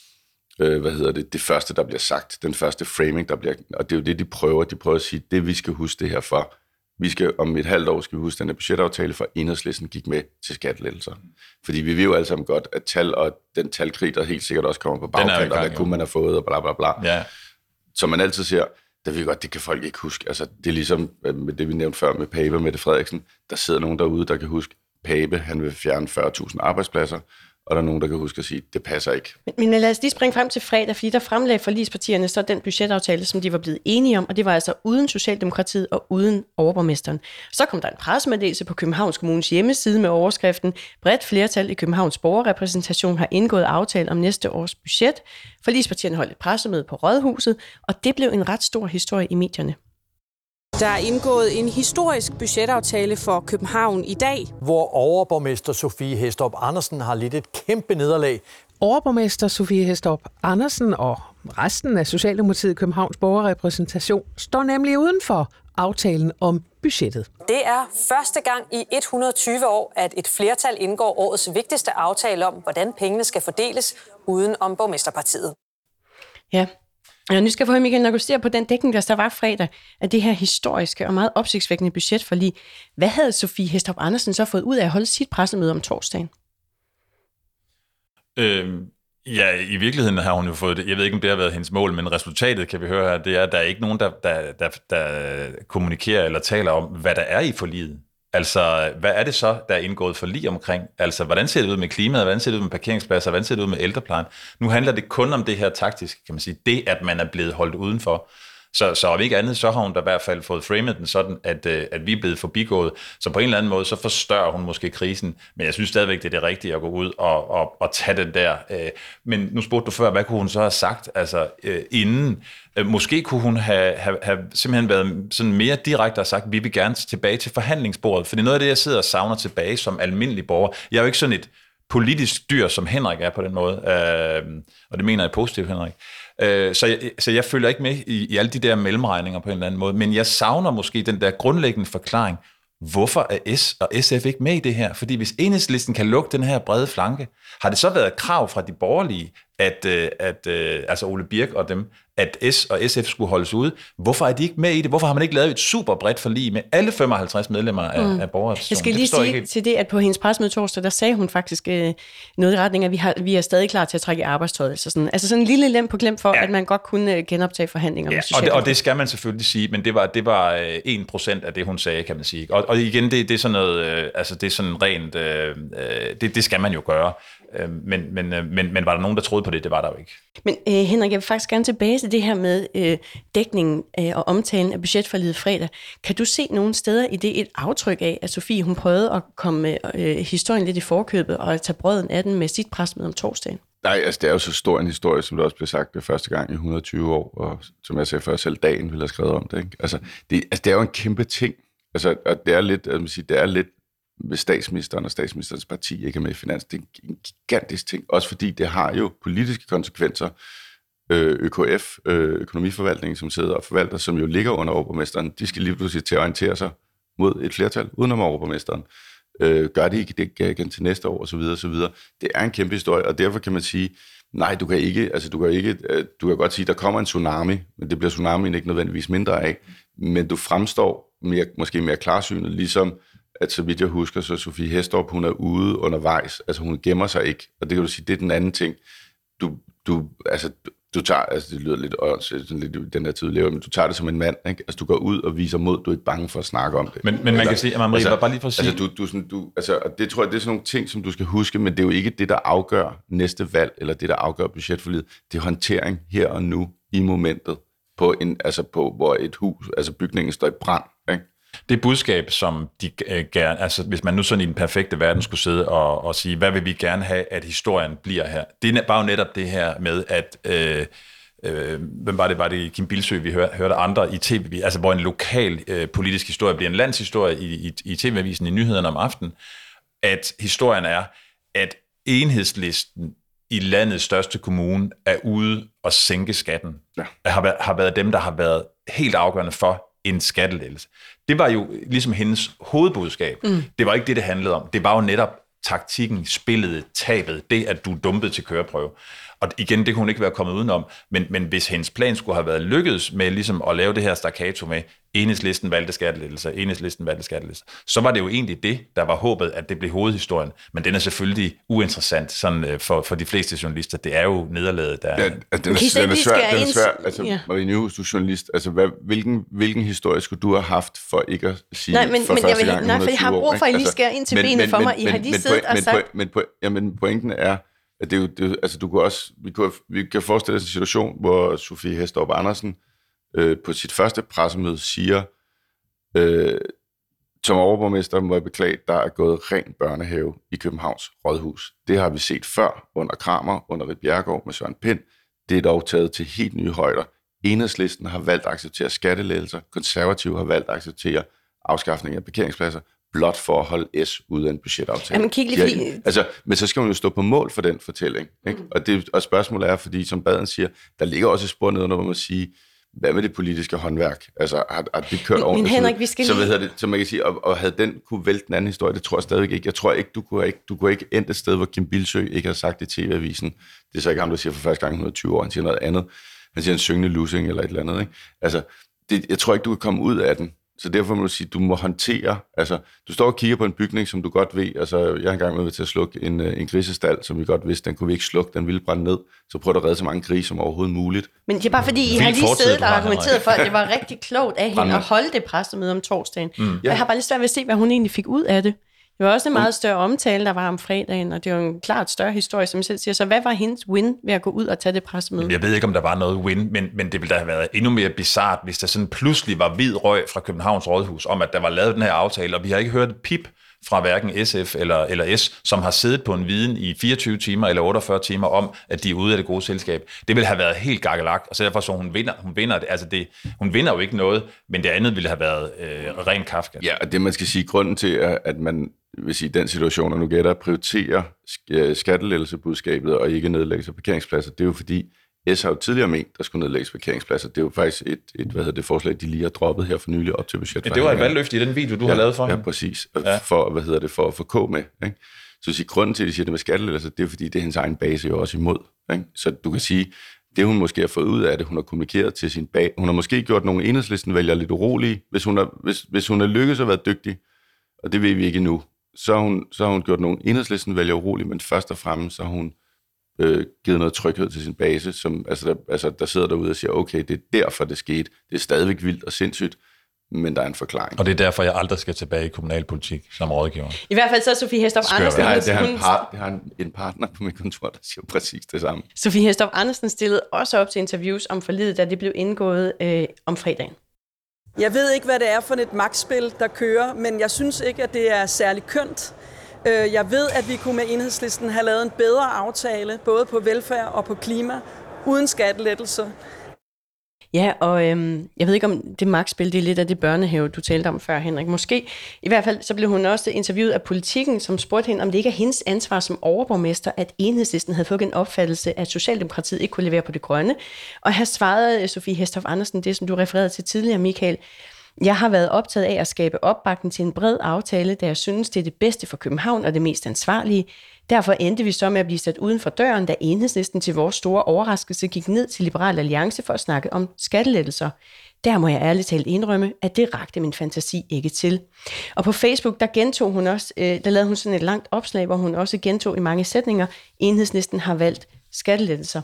det første, der bliver sagt, den første framing, der bliver, og det er jo det, de prøver at sige, det vi skal huske det her for. Vi skal om et halvt år skal vi huske den her budgetaftale, for Enhedslisten gik med til skattelettelser. Fordi vi ved jo alle sammen godt, at tal og den talkrig, der helt sikkert også kommer på bagkant, og hvad kunne man have fået, og bla bla bla. Ja. Som man altid siger, der ved godt, det kan folk ikke huske. Altså, det er ligesom med det, vi nævnte før med Pape og Mette Frederiksen. Der sidder nogen derude, der kan huske, Pape, han vil fjerne 40.000 arbejdspladser, og der er nogen, der kan huske at sige, det passer ikke. Men lad os lige springe frem til fredag, fordi der fremlagde forligspartierne så den budgetaftale, som de var blevet enige om, og det var altså uden Socialdemokratiet og uden overborgmesteren. Så kom der en pressemeddelelse på Københavns Kommunes hjemmeside med overskriften: bredt flertal i Københavns borgerrepræsentation har indgået aftale om næste års budget. Forligspartierne holdt et pressemøde på Rådhuset, og det blev en ret stor historie i medierne. Der er indgået en historisk budgetaftale for København i dag, hvor overborgmester Sophie Hæstorp Andersen har lidt et kæmpe nederlag. Overborgmester Sofie Hæstorp Andersen og resten af Socialdemokratiet i Københavns borgerrepræsentation står nemlig uden for aftalen om budgettet. Det er første gang i 120 år, at et flertal indgår årets vigtigste aftale om, hvordan pengene skal fordeles uden om borgmesterpartiet. Ja, og nu skal jeg få Michael Nagustere på den dækning, der var fredag, af det her historiske og meget opsigtsvækkende budgetforlig. Hvad havde Sofie Hæstorp Andersen så fået ud af at holde sit pressemøde om torsdagen? Ja, i virkeligheden har hun jo fået det. Jeg ved ikke, om det har været hendes mål, men resultatet, kan vi høre her, det er, at der er ikke nogen, der kommunikerer eller taler om, hvad der er i forliget. Altså, hvad er det så, der er indgået forlig omkring? Altså, hvordan ser det ud med klimaet? Hvordan ser det ud med parkeringspladser? Hvordan ser det ud med ældreplejen? Nu handler det kun om det her taktiske, kan man sige. Det, at man er blevet holdt udenfor. Så om ikke andet, så har hun da i hvert fald fået framet den sådan, at vi er blevet forbigået. Så på en eller anden måde, så forstørrer hun måske krisen. Men jeg synes stadigvæk, det er det rigtige at gå ud og tage den der. Men nu spurgte du før, hvad kunne hun så have sagt inden? Måske kunne hun have simpelthen været sådan mere direkte og sagt, vi vil gerne tilbage til forhandlingsbordet. For det er noget af det, jeg sidder og savner tilbage som almindelig borger. Jeg er jo ikke sådan et politisk dyr, som Henrik er på den måde. Og det mener jeg positivt, Henrik. Så jeg følger ikke med i alle de der mellemregninger på en eller anden måde, men jeg savner måske den der grundlæggende forklaring. Hvorfor er S og SF ikke med i det her? Fordi hvis Enhedslisten kan lukke den her brede flanke, har det så været et krav fra de borgerlige, altså Ole Birk og dem, at S og SF skulle holdes ude? Hvorfor er de ikke med i det? Hvorfor har man ikke lavet et super bredt forlig med alle 55 medlemmer af borgerrepræsentationen? Jeg skal lige sige til det, at på hendes pressemøde torsdag, der sagde hun faktisk noget i retning af, at vi er stadig klar til at trække i arbejdstøjet. Altså sådan en lille lem på glem for, at man godt kunne genoptage forhandlinger med Socialdemokratiet. Og det skal man selvfølgelig sige, men det var 1% af det, hun sagde, kan man sige. Og igen, det er sådan noget, det er sådan rent, det skal man jo gøre. Men var der nogen, der troede på det? Det var der jo ikke. Men Henrik, jeg vil faktisk gerne tilbage til det her med dækningen og omtalen af budgetforliget fredag. Kan du se nogle steder i det et aftryk af, at Sofie hun prøvede at komme med historien lidt i forkøbet og tage brøden af den med sit pressemøde om torsdagen? Nej, altså det er jo så stor en historie, som det også blev sagt det første gang i 120 år, og som jeg sagde før, selv dagen ville have skrevet om det. Ikke? Altså, det er jo en kæmpe ting. Altså, og det er lidt, det er lidt med statsministeren og statsministerens parti ikke er med i finans. Det er en gigantisk ting, også fordi det har jo politiske konsekvenser. ØKF, økonomiforvaltningen, som sidder og forvalter, som jo ligger under overborgmesteren, de skal lige pludselig til at orientere sig mod et flertal udenom overborgmesteren. Gør det ikke det igen til næste år, osv. Det er en kæmpe historie, og derfor kan man sige, nej, du kan godt sige, der kommer en tsunami, men det bliver tsunamien ikke nødvendigvis mindre af, men du fremstår måske mere klarsynet, ligesom at så vidt jeg husker, så Sofie Hæstorp, hun er ude undervejs, altså hun gemmer sig ikke, og det kan du sige, det er den anden ting. Du tager, altså det lyder lidt sådan lidt i den her tid, men du tager det som en mand, ikke? Altså du går ud og viser mod, du er ikke bange for at snakke om det. Men man kan sige, Marie, bare lige for at sige... og det tror jeg, det er sådan nogle ting, som du skal huske, men det er jo ikke det, der afgør næste valg, eller det, der afgør budgetforliget. Det er håndtering her og nu, i momentet, på hvor et hus, altså bygningen står i brand, ikke? Det budskab, som de gerne, altså hvis man nu sådan i den perfekte verden skulle sidde og sige, hvad vil vi gerne have, at historien bliver her? Det er bare jo netop det her med, at hvem var det Kim Bildsøe, vi hørte andre i tv, altså hvor en lokal politisk historie bliver en landshistorie i tv-avisen i nyhederne om aftenen, at historien er, at Enhedslisten i landets største kommune er ude og sænke skatten. Ja. Har været dem, der har været helt afgørende for en skattelettelse. Det var jo ligesom hendes hovedbudskab. Det var ikke det handlede om. Det var jo netop taktikken, spillet, tabet, det at du dumpede til køreprøve. Og igen, det kunne hun ikke være kommet udenom, men hvis hendes plan skulle have været lykkedes med ligesom at lave det her staccato med Enhedslisten valgte skattelettelser, så var det jo egentlig det, der var håbet, at det blev hovedhistorien. Men den er selvfølgelig uinteressant sådan, for de fleste journalister. Det er jo nederlaget, der... Ja, den er svær. Altså, ja. Marie Nyhus, du er journalist. Altså, hvilken historie skulle du have haft for ikke at sige for første gang i 120 år? Nej, for jeg har brug for, at I lige skærer ind til benet for mig. I har lige siddet og sagt... Men pointen er, at vi kan forestille os en situation, hvor Sofie Hæstorp Andersen på sit første pressemøde siger, som overborgmester må jeg beklage, der er gået ren børnehave i Københavns Rådhus. Det har vi set før under Kramer, under Ritt Bjerregaard med Søren Pind. Det er dog taget til helt nye højder. Enhedslisten har valgt at acceptere skattelettelser, konservative har valgt at acceptere afskaffning af parkeringspladser, blot for at holde S ud af en budgetaftale. Jamen, kig lige men så skal hun jo stå på mål for den fortælling. Ikke? Og spørgsmålet er, fordi som Baden siger, der ligger også et spor nedenunder, hvor man siger, hvad med det politiske håndværk? Altså, har det kørt ordentligt? Men Henrik, vi skal så man kan sige, og havde den kunne vælte den anden historie, det tror jeg stadigvæk ikke. Jeg tror ikke, du kunne ikke endt et sted, hvor Kim Bildsøe ikke har sagt i TV-avisen. Det er så ikke ham, der siger for første gang 120 år, han siger noget andet. Han siger en syngende losing eller et eller andet. Ikke? Altså, jeg tror ikke, du kan komme ud af den. Så derfor må du sige, du må håndtere, altså, du står og kigger på en bygning, som du godt ved, altså, jeg har engang været til at slukke en grisestal, som vi godt vidste, den kunne vi ikke slukke, den ville brænde ned, så prøv at redde så mange grise som overhovedet muligt. Men det er bare fordi, I har lige siddet og argumenteret for, at det var rigtig klogt af hende at holde det pressemøde om torsdagen. Jeg har bare lidt svært ved at se, hvad hun egentlig fik ud af det. Det var også en meget større omtale, der var om fredagen, og det var en klart større historie, som jeg selv siger. Så hvad var hendes win ved at gå ud og tage det pressemøde? Jeg ved ikke, om der var noget win, men det ville da have været endnu mere bizart, hvis der sådan pludselig var hvid røg fra Københavns Rådhus om, at der var lavet den her aftale, og vi har ikke hørt et pip fra hverken SF eller S, som har siddet på en viden i 24 timer eller 48 timer om, at de er ude af det gode selskab. Det ville have været helt gakkelagt, og så derfor så hun vinder det. Altså hun vinder jo ikke noget, men det andet ville have været ren Kafka. Ja, og det man skal sige, grunden til, at man hvis i den situation, og nu gætter, prioriterer skattelettelsebudskabet og ikke nedlæggelse af parkeringspladser, det er jo fordi, S har jo tidligere ment, der skulle nedlægges parkeringspladser. Det er jo faktisk et forslag, de lige har droppet her for nylig op til budgetforhandlingerne. Ja, det var et valgløfte i den video, du har lavet for hende. Ja, præcis. For at få K med. Ikke? Så at sige, grunden til, at de siger det med skattelettelser, det er fordi, det er hendes egen base jo også imod. Ikke? Så du kan sige, det hun måske har fået ud af det, hun har kommunikeret til sin base. Hun har måske gjort nogle Enhedslisten-vælgere lidt urolige. Hvis hun er lykkedes at være dygtig, og det ved vi ikke endnu, så har hun gjort nogle Enhedslisten-vælgere urolige, men først og fremmest så har hun givet noget tryghed til sin base, som der sidder derude og siger, okay, det er derfor, det skete. Det er stadigvæk vildt og sindssygt, men der er en forklaring. Og det er derfor, jeg aldrig skal tilbage i kommunalpolitik som rådgiver. I hvert fald så er Sofie Hæstorp Andersen... Det har en partner på mit kontor, der siger præcis det samme. Sofie Hæstorp Andersen stillede også op til interviews om forlidet, da det blev indgået om fredagen. Jeg ved ikke, hvad det er for et magtspil, der kører, men jeg synes ikke, at det er særlig kønt. Jeg ved, at vi kunne med Enhedslisten have lavet en bedre aftale, både på velfærd og på klima, uden skattelettelser. Ja, og jeg ved ikke, om det magtspil, det er lidt af det børnehave, du talte om før, Henrik. Måske. I hvert fald så blev hun også interviewet af Politikken, som spurgte hende, om det ikke er hendes ansvar som overborgmester, at Enhedslisten havde fået en opfattelse, at Socialdemokratiet ikke kunne levere på det grønne. Og her svarede Sofie Hæstorp Andersen det, som du refererede til tidligere, Michael. Jeg har været optaget af at skabe opbakning til en bred aftale, da jeg synes, det er det bedste for København og det mest ansvarlige. Derfor endte vi så med at blive sat uden for døren, da Enhedslisten til vores store overraskelse gik ned til Liberal Alliance for at snakke om skattelettelser. Der må jeg ærligt talt indrømme, at det rakte min fantasi ikke til. Og på Facebook, der gentog hun også, der lavede hun sådan et langt opslag, hvor hun også gentog i mange sætninger, Enhedslisten har valgt skattelettelser.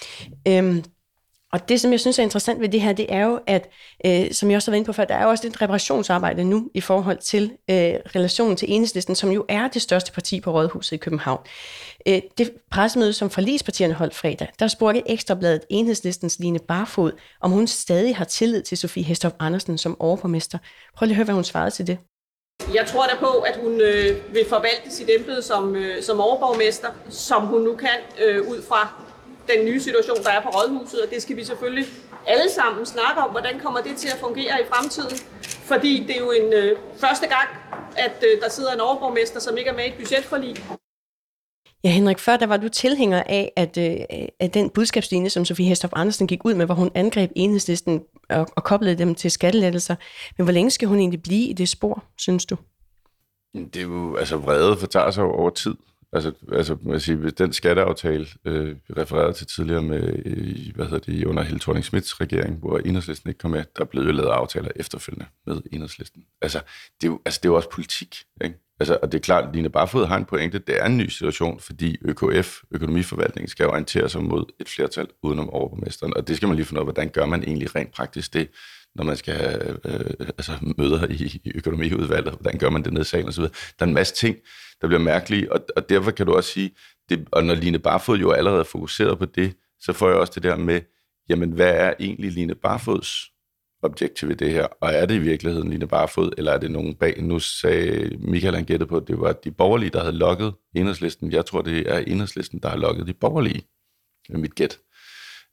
Og det, som jeg synes er interessant ved det her, det er jo, at, som jeg også har været inde på før, der er jo også et reparationsarbejde nu i forhold til relationen til Enhedslisten, som jo er det største parti på Rådhuset i København. Det pressemøde, som forligspartierne holdt fredag, der spurgte Ekstrabladet Enhedslistens Line Barfod, om hun stadig har tillid til Sofie Hæstorp Andersen som overborgmester. Prøv lige at høre, hvad hun svarede til det. Jeg tror da på, at hun vil forvalte sit embede som overborgmester, som hun nu kan ud fra den nye situation, der er på Rådhuset, og det skal vi selvfølgelig alle sammen snakke om, hvordan kommer det til at fungere i fremtiden, fordi det er jo en første gang, at der sidder en overborgmester, som ikke er med i et budgetforlig. Ja, Henrik, før der var du tilhænger af, at den budskabslinje, som Sofie Hæstorp Andersen gik ud med, hvor hun angreb Enhedslisten og koblede dem til skattelettelser. Men hvor længe skal hun egentlig blive i det spor, synes du? Det er jo, vrede fortager sig over tid. Man siger, den skatteaftale, vi refererede til tidligere med, under Helle Thorning-Schmidts regering, hvor Enhedslisten ikke kom med, der blev jo lavet aftaler efterfølgende med Enhedslisten. Det er jo også politik, ikke? Og det er klart, at Line Barfod har en pointe. Det er en ny situation, fordi ØKF, økonomiforvaltningen, skal orientere sig mod et flertal udenom overborgmesteren. Og det skal man lige finde ud af, hvordan gør man egentlig rent praktisk det, når man skal have møder i økonomiudvalget. Hvordan gør man det nede i salen osv. Der er en masse ting, der bliver mærkelige, og derfor kan du også sige, og når Line Barfod jo allerede er fokuseret på det, så får jeg også det der med, jamen hvad er egentlig Line Barfods objektiv i det her, og er det i virkeligheden Line Barfod, eller er det nogen bag? Nu sagde Michael, han gættede på, at det var de borgerlige, der havde lokket Enhedslisten. Jeg tror, det er Enhedslisten, der har lokket de borgerlige, med mit gæt.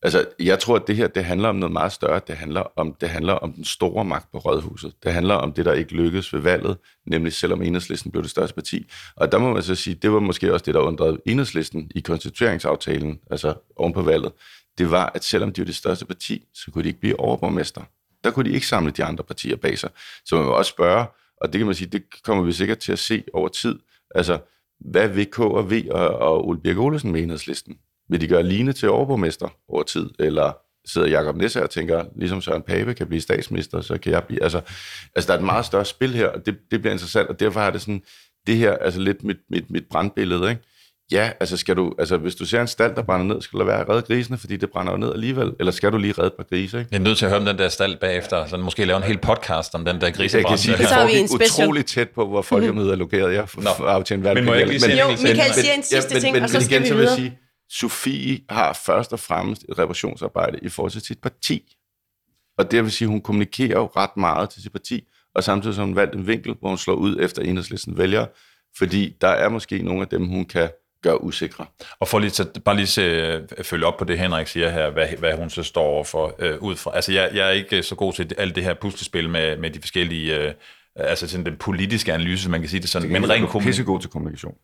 Altså, jeg tror, at det her, det handler om noget meget større. Det handler om den store magt på Rådhuset. Det handler om det, der ikke lykkedes ved valget, nemlig selvom Enhedslisten blev det største parti. Og der må man så sige, det var måske også det, der undrede Enhedslisten i konstitueringsaftalen, altså oven på valget. Det var, at selvom de var det største parti, så kunne de ikke blive overborgmester. Der kunne de ikke samle de andre partier bag sig. Så man må også spørge, og det kan man sige, det kommer vi sikkert til at se over tid. Altså, hvad vil K og V og Ole Birk Olesen med Enhedslisten? Vil de gøre Line til overborgmester over tid? Eller sidder Jacob Nesser og tænker, ligesom Søren Pape kan blive statsminister, så kan jeg blive... Altså der er et meget større spil her, og det bliver interessant, og derfor har det sådan, det her, altså lidt mit brandbillede, ikke? Ja, altså hvis du ser en stald, der brænder ned, skal du lade være at redde grisene, fordi det brænder jo ned alligevel, eller skal du lige redde et par grise, ikke? Jeg er nødt til at høre om den der stald bagefter, så måske lave en hel podcast om den der grisebrand. Jeg kan sige, det foregik utroligt tæt på, hvor folkemødet er lokeret. Jeg har aftjent valg. Men må jeg ikke lige Michael siger en sidste ting, og så skal vi videre. Sige, Sofie har først og fremmest et reparationsarbejde i forhold til sit parti. Og det vil sige, at hun kommunikerer jo ret meget til sit parti, og samtidig har hun valgt en vinkel, hvor hun slår ud efter Enhedslisten vælgere, fordi der er måske nogle af dem, hun kan gøre usikre. Og for bare lige følge op på det, Henrik siger her, hvad hun så står overfor ud fra. Altså, jeg er ikke så god til alt det her puslespil med de forskellige... altså sådan den politiske analyse, man kan sige det sådan. Men rent pissegod til kommunikation.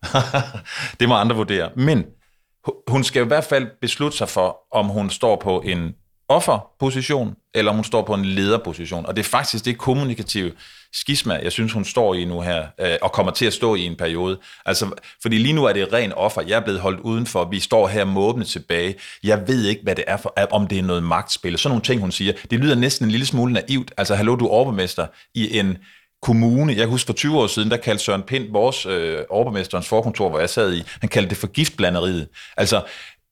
Det må andre vurdere. Men hun skal i hvert fald beslutte sig for, om hun står på en offerposition, eller om hun står på en lederposition. Og det er faktisk det kommunikative skisma, jeg synes, hun står i nu her, og kommer til at stå i en periode. Altså, fordi lige nu er det ren offer. Jeg er blevet holdt udenfor. Vi står her måbne tilbage. Jeg ved ikke, hvad det er for, om det er noget magtspil. Sådan nogle ting, hun siger. Det lyder næsten en lille smule naivt. Altså, hallo, du er overborgmester i en kommune. Jeg husker for 20 år siden, der kaldte Søren Pind, vores overborgmesterens forkontor, hvor jeg sad i, han kaldte det for giftblanderiet. Altså,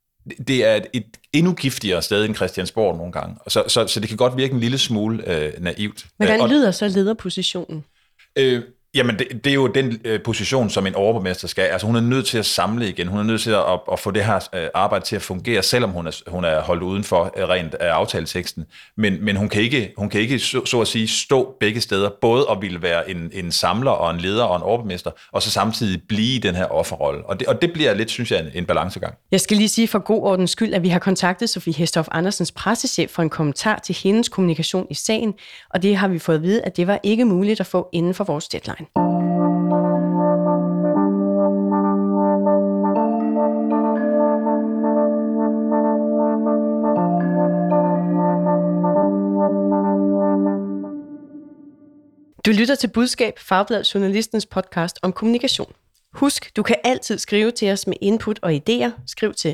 det er et endnu giftigere sted end Christiansborg nogle gange. Så det kan godt virke en lille smule naivt. Hvordan lyder så lederpositionen? Jamen, det er jo den position, som en overborgmester skal. Altså, hun er nødt til at samle igen. Hun er nødt til at få det her arbejde til at fungere, selvom hun er holdt udenfor rent af aftaleteksten. Men hun kan ikke så at sige stå begge steder, både at ville være en samler og en leder og en overborgmester, og så samtidig blive i den her offerrolle. Og det bliver lidt, synes jeg, en balancegang. Jeg skal lige sige for god ordens skyld, at vi har kontaktet Sofie Hæstorp Andersens pressechef for en kommentar til hendes kommunikation i sagen, og det har vi fået at vide, at det var ikke muligt at få inden for vores deadline. Du lytter til Budskab, Fagbladet Journalistens podcast om kommunikation. Husk, du kan altid skrive til os med input og idéer. Skriv til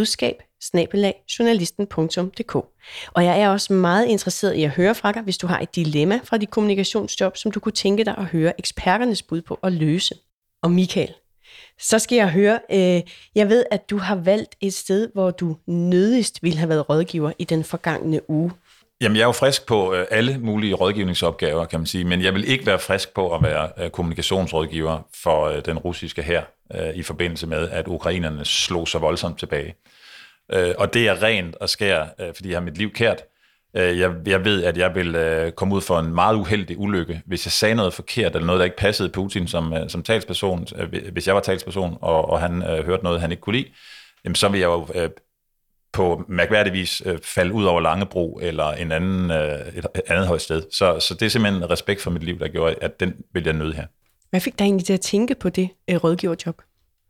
budskab@journalisten.dk. Og jeg er også meget interesseret i at høre fra dig, hvis du har et dilemma fra dit kommunikationsjob, som du kunne tænke dig at høre eksperternes bud på at løse. Og Michael, så skal jeg høre, jeg ved, at du har valgt et sted, hvor du nødigst ville have været rådgiver i den forgangne uge. Jamen, jeg er jo frisk på alle mulige rådgivningsopgaver, kan man sige, men jeg vil ikke være frisk på at være kommunikationsrådgiver for den russiske hær i forbindelse med, at ukrainerne slog så voldsomt tilbage. Og det er rent og skær, fordi jeg har mit liv kært. Jeg ved, at jeg vil komme ud for en meget uheldig ulykke, hvis jeg sagde noget forkert, eller noget, der ikke passede Putin som talsperson. Hvis jeg var talsperson, og han hørte noget, han ikke kunne lide, jamen, så vil jeg jo på mærkværdig vis falde ud over Langebro eller et andet højt sted. Så det er simpelthen en respekt for mit liv, der gjorde, at den vil jeg nøde her. Hvad fik dig egentlig til at tænke på det rådgiverjob?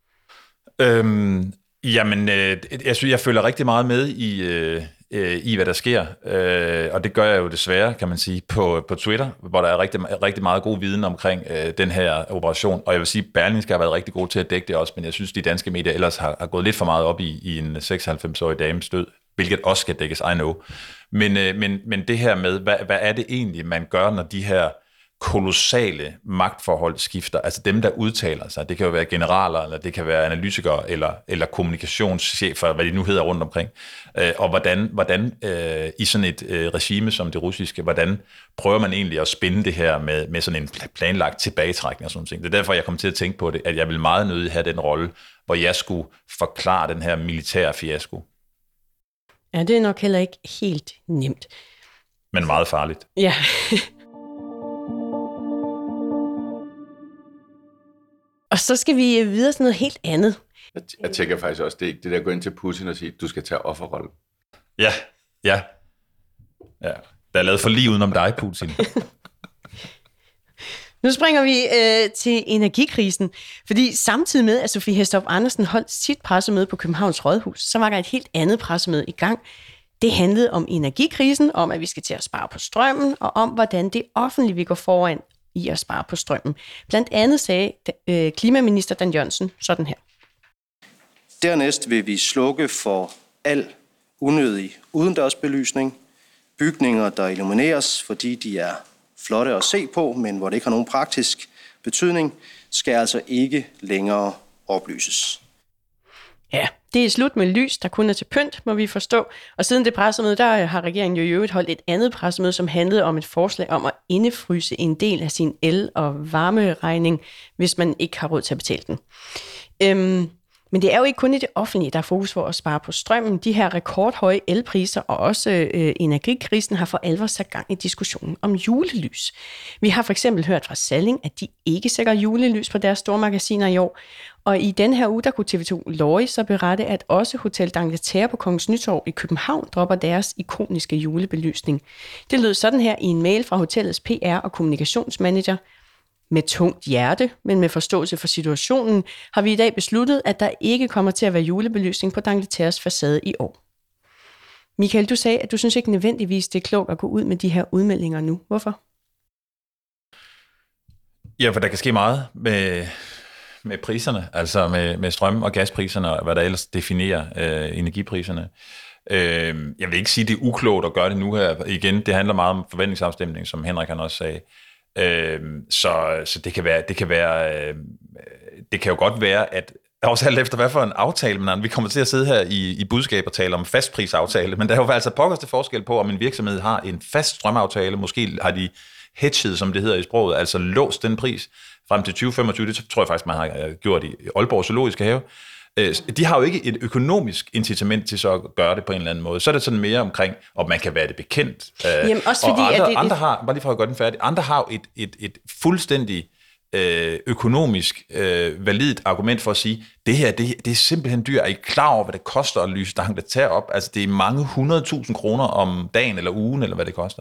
Jamen, jeg følger rigtig meget med i hvad der sker, og det gør jeg jo desværre, kan man sige, på Twitter, hvor der er rigtig meget god viden omkring den her operation, og jeg vil sige, at Berlingske har været rigtig god til at dække det også, men jeg synes, de danske medier ellers har gået lidt for meget op i en 96-årig dames død, hvilket også skal dækkes, I know. Men det her med, hvad er det egentlig, man gør, når de her kolossale magtforhold skifter, altså dem, der udtaler sig, det kan jo være generaler, eller det kan være analytikere, eller kommunikationschefer, hvad de nu hedder rundt omkring, og hvordan i sådan et regime som det russiske, hvordan prøver man egentlig at spinde det her med sådan en planlagt tilbagetrækning og sådan noget. Det er derfor, jeg kom til at tænke på det, at jeg vil meget nødig have den rolle, hvor jeg skulle forklare den her militære fiasko. Ja, det er nok heller ikke helt nemt. Men meget farligt. Ja. Og så skal vi videre til noget helt andet. Jeg tænker faktisk også, det der går ind til Putin og siger, du skal tage offerrollen. Ja. Der er lavet for lige udenom dig, Putin. Nu springer vi til energikrisen, fordi samtidig med, at Sophie Hæstorp Andersen holdt sit pressemøde på Københavns Rådhus, så var der et helt andet pressemøde i gang. Det handlede om energikrisen, om at vi skal til at spare på strømmen, og om hvordan det offentlige vil gå foran i at spare på strømmen. Blandt andet sagde klimaminister Dan Jørgensen sådan her. Dernæst vil vi slukke for al unødig udendørsbelysning, bygninger, der illumineres, fordi de er flotte at se på, men hvor det ikke har nogen praktisk betydning, skal altså ikke længere oplyses. Ja, det er slut med lys, der kun er til pynt, må vi forstå. Og siden det pressemøde, der har regeringen jo i øvrigt holdt et andet pressemøde, som handlede om et forslag om at indefryse en del af sin el- og varmeregning, hvis man ikke har råd til at betale den. Men det er jo ikke kun i det offentlige, der er fokus på at spare på strømmen. De her rekordhøje elpriser og også energikrisen har for alvor sat gang i diskussionen om julelys. Vi har for eksempel hørt fra Salling, at de ikke sætter julelys på deres store magasiner i år. Og i den her uge, der kunne TV2 Lorry så berette, at også Hotel d'Angleterre på Kongens Nytorv i København dropper deres ikoniske julebelysning. Det lød sådan her i en mail fra hotellets PR- og kommunikationsmanager. Med tungt hjerte, men med forståelse for situationen, har vi i dag besluttet, at der ikke kommer til at være julebelysning på d'Angleterres facade i år. Michael, du sagde, at du synes ikke nødvendigvis, det er klogt at gå ud med de her udmeldinger nu. Hvorfor? Ja, for der kan ske meget med priserne, altså med strøm- og gaspriserne, og hvad der ellers definerer energipriserne. Jeg vil ikke sige, det er uklogt at gøre det nu her. Igen, det handler meget om forventningsafstemning, som Henrik han også sagde. Så det kan jo godt være, at også alt efter hvad for en aftale, men vi kommer til at sidde her i budskab og tale om fastprisaftale, men der er jo altså pokkers til forskel på, om en virksomhed har en fast strømaftale, måske har de hedget, som det hedder i sproget, altså låst den pris frem til 2025, det tror jeg faktisk, man har gjort i Aalborg Zoologiske Have. De har jo ikke et økonomisk incitament til så at gøre det på en eller anden måde. Så er det sådan mere omkring, om man kan være det bekendt. Jamen, også fordi, andre har, bare lige for at gøre den færdig, andre har jo et fuldstændig økonomisk validt argument for at sige, det her, det er simpelthen dyrt. Er I klar over, hvad det koster at lyse d'Angleterre op? Altså, det er mange 100.000 kroner om dagen eller ugen, eller hvad det koster.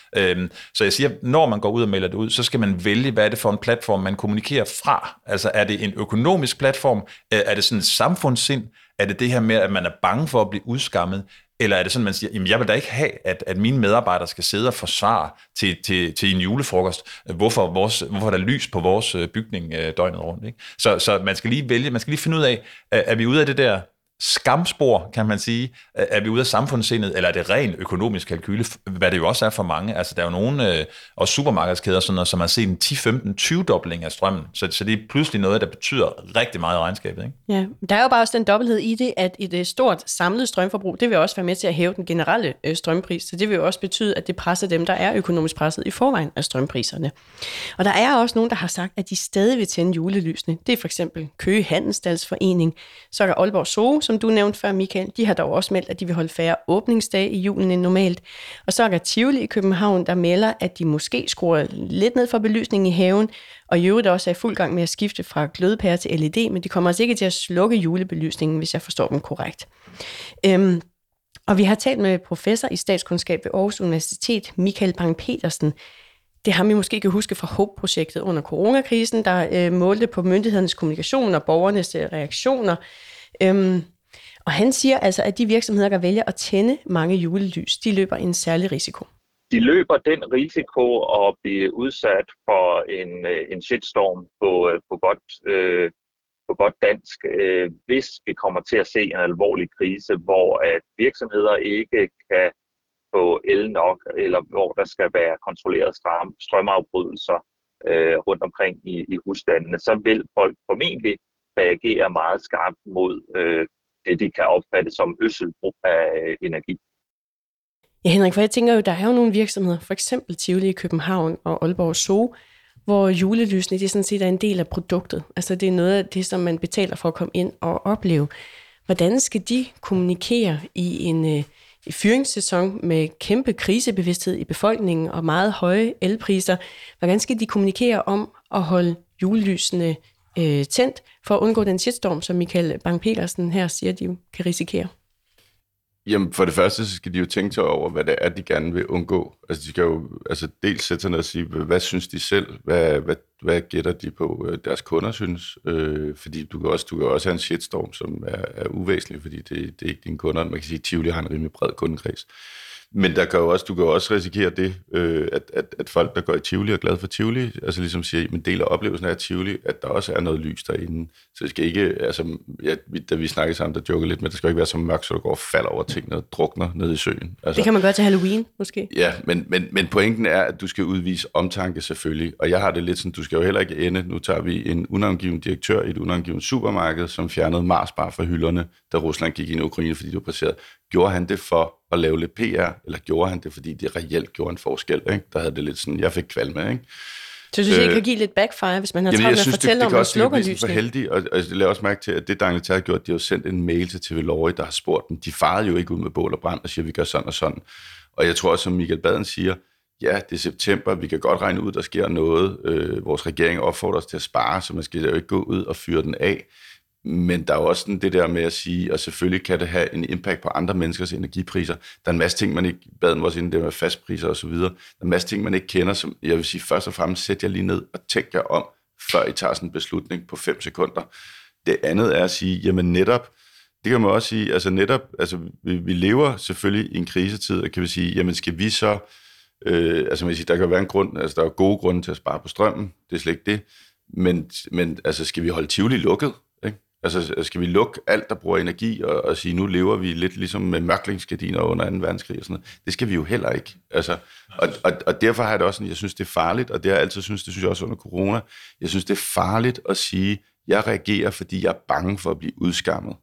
Så jeg siger, når man går ud og melder det ud, så skal man vælge, hvad er det for en platform, man kommunikerer fra. Altså, er det en økonomisk platform? Er det sådan et samfundssind? Er det det her med, at man er bange for at blive udskammet? Eller er det sådan, man siger, jamen jeg vil da ikke have, at mine medarbejdere skal sidde og forsvare til en julefrokost, hvorfor der er lys på vores bygning døgnet rundt. Ikke? Så man skal lige vælge, man skal lige finde ud af, er vi ude af det der skamspor, kan man sige? Er vi ude af samfundssindet, eller er det ren økonomisk kalkyle, hvad det jo også er for mange? Altså, der er jo nogle og supermarkedskæder, sådan noget, som har set en 10-15-20-dobling af strømmen. Så det er pludselig noget, der betyder rigtig meget i regnskabet. Ikke? Ja, der er jo bare også den dobbelthed i det, at et stort samlet strømforbrug, det vil også være med til at hæve den generelle strømpris. Så det vil jo også betyde, at det presser dem, der er økonomisk presset i forvejen af strømpriserne. Og der er også nogen, der har sagt, at de stadig vil tænde julelysene. Det er for eksempel Køge Handelsdalsforening, så er der Aalborg Zoo, som du nævnte før, Michael. De har dog også meldt, at de vil holde færre åbningsdage i julen end normalt. Og så er der Tivoli i København, der melder, at de måske skruer lidt ned for belysningen i haven, og i øvrigt også er i fuld gang med at skifte fra glødepære til LED, men de kommer altså ikke til at slukke julebelysningen, hvis jeg forstår dem korrekt. Og vi har talt med professor i statskundskab ved Aarhus Universitet, Michael Bang-Petersen. Det har vi måske kan huske fra HOPE-projektet under coronakrisen, der målte på myndighedernes kommunikation og borgernes reaktioner. Og han siger altså, at de virksomheder, der vælger at tænde mange julelys, de løber en særlig risiko. De løber den risiko at blive udsat for en shitstorm på godt dansk, hvis vi kommer til at se en alvorlig krise, hvor at virksomheder ikke kan få el nok, eller hvor der skal være kontrolleret strømafbrydelser rundt omkring i husstandene, så vil folk formentlig reagere meget skarpt mod det, de kan opfatte som ødselbrug af energi. Ja, Henrik, for jeg tænker jo, der er jo nogle virksomheder, for eksempel Tivoli i København og Aalborg Zoo, hvor julelysene, det sådan set er en del af produktet. Altså det er noget af det, som man betaler for at komme ind og opleve. Hvordan skal de kommunikere i en fyringssæson med kæmpe krisebevidsthed i befolkningen og meget høje elpriser? Hvordan skal de kommunikere om at holde julelysene tændt for at undgå den shitstorm, som Michael Bang-Petersen her siger, de kan risikere? Jamen, for det første, så skal de jo tænke sig over, hvad det er, de gerne vil undgå. Altså, de skal jo dels sætte sig ned og sige, hvad synes de selv? Hvad gætter de på, deres kunder synes? Fordi du kan også have en shitstorm, som er uvæsentlig, fordi det er ikke dine kunder. Man kan sige, at Tivoli har en rimelig bred kundekreds. Men du kan jo også risikere det, at folk, der går i Tivoli, er glade for Tivoli, altså ligesom siger, men del af oplevelsen af Tivoli, at der også er noget lys derinde. Så det skal ikke, altså, da vi snakkede sammen, der joker lidt med, det skal ikke være så mørkt, så du går og falder over tingene og drukner ned i søen. Altså, det kan man gøre til Halloween, måske. Ja, men pointen er, at du skal udvise omtanke selvfølgelig, og jeg har det lidt sådan, du skal jo heller ikke ende, nu tager vi en unangiven direktør i et unangivet supermarked, som fjernede Marsbar fra hylderne, da Rusland gik ind i Ukraine, fordi det var passeret. Gjorde han det for at lave lidt PR, eller gjorde han det, fordi det reelt gjorde en forskel? Ikke? Der havde det lidt sådan, jeg fik kvalme, ikke? Så du synes ikke, kan give lidt backfire, hvis man har travlt med at fortælle om, at man slukker lysene? Jeg synes, det kan også være heldigt, og jeg lader også mærke til, at det Daniel har gjort, de har sendt en mail til TV Lorry, der har spurgt dem. De farede jo ikke ud med bål og brand og siger, vi gør sådan og sådan. Og jeg tror også, som Michael Baden siger, ja, det er september, vi kan godt regne ud, der sker noget. Vores regering opfordrer os til at spare, så man skal jo ikke gå ud og fyre den af. Men der er jo også sådan det der med at sige, og selvfølgelig kan det have en impact på andre menneskers energipriser. Der er en masse ting, man ikke, Baden var også inde, det med fastpriser og så videre. Der er en masse ting, man ikke kender, som jeg vil sige, først og fremmest sæt jer lige ned og tænk jer om, før I tager sådan en beslutning på 5 sekunder. Det andet er at sige, jamen netop, det kan man også sige, altså netop, altså vi lever selvfølgelig i en krisetid, og kan vi sige, jamen skal vi så, altså man kan sige, der kan være en grund, altså der er gode grunde til at spare på strømmen, det er slet ikke det, men altså skal vi holde Tivoli lukket? Altså, skal vi lukke alt, der bruger energi, og sige, nu lever vi lidt ligesom med mørklingsgardiner under 2. verdenskrig og sådan noget. Det skal vi jo heller ikke. Altså, og derfor har jeg det også sådan, jeg synes, det er farligt, og det har jeg altid synes, det synes jeg også under corona, jeg synes, det er farligt at sige, jeg reagerer, fordi jeg er bange for at blive udskammet.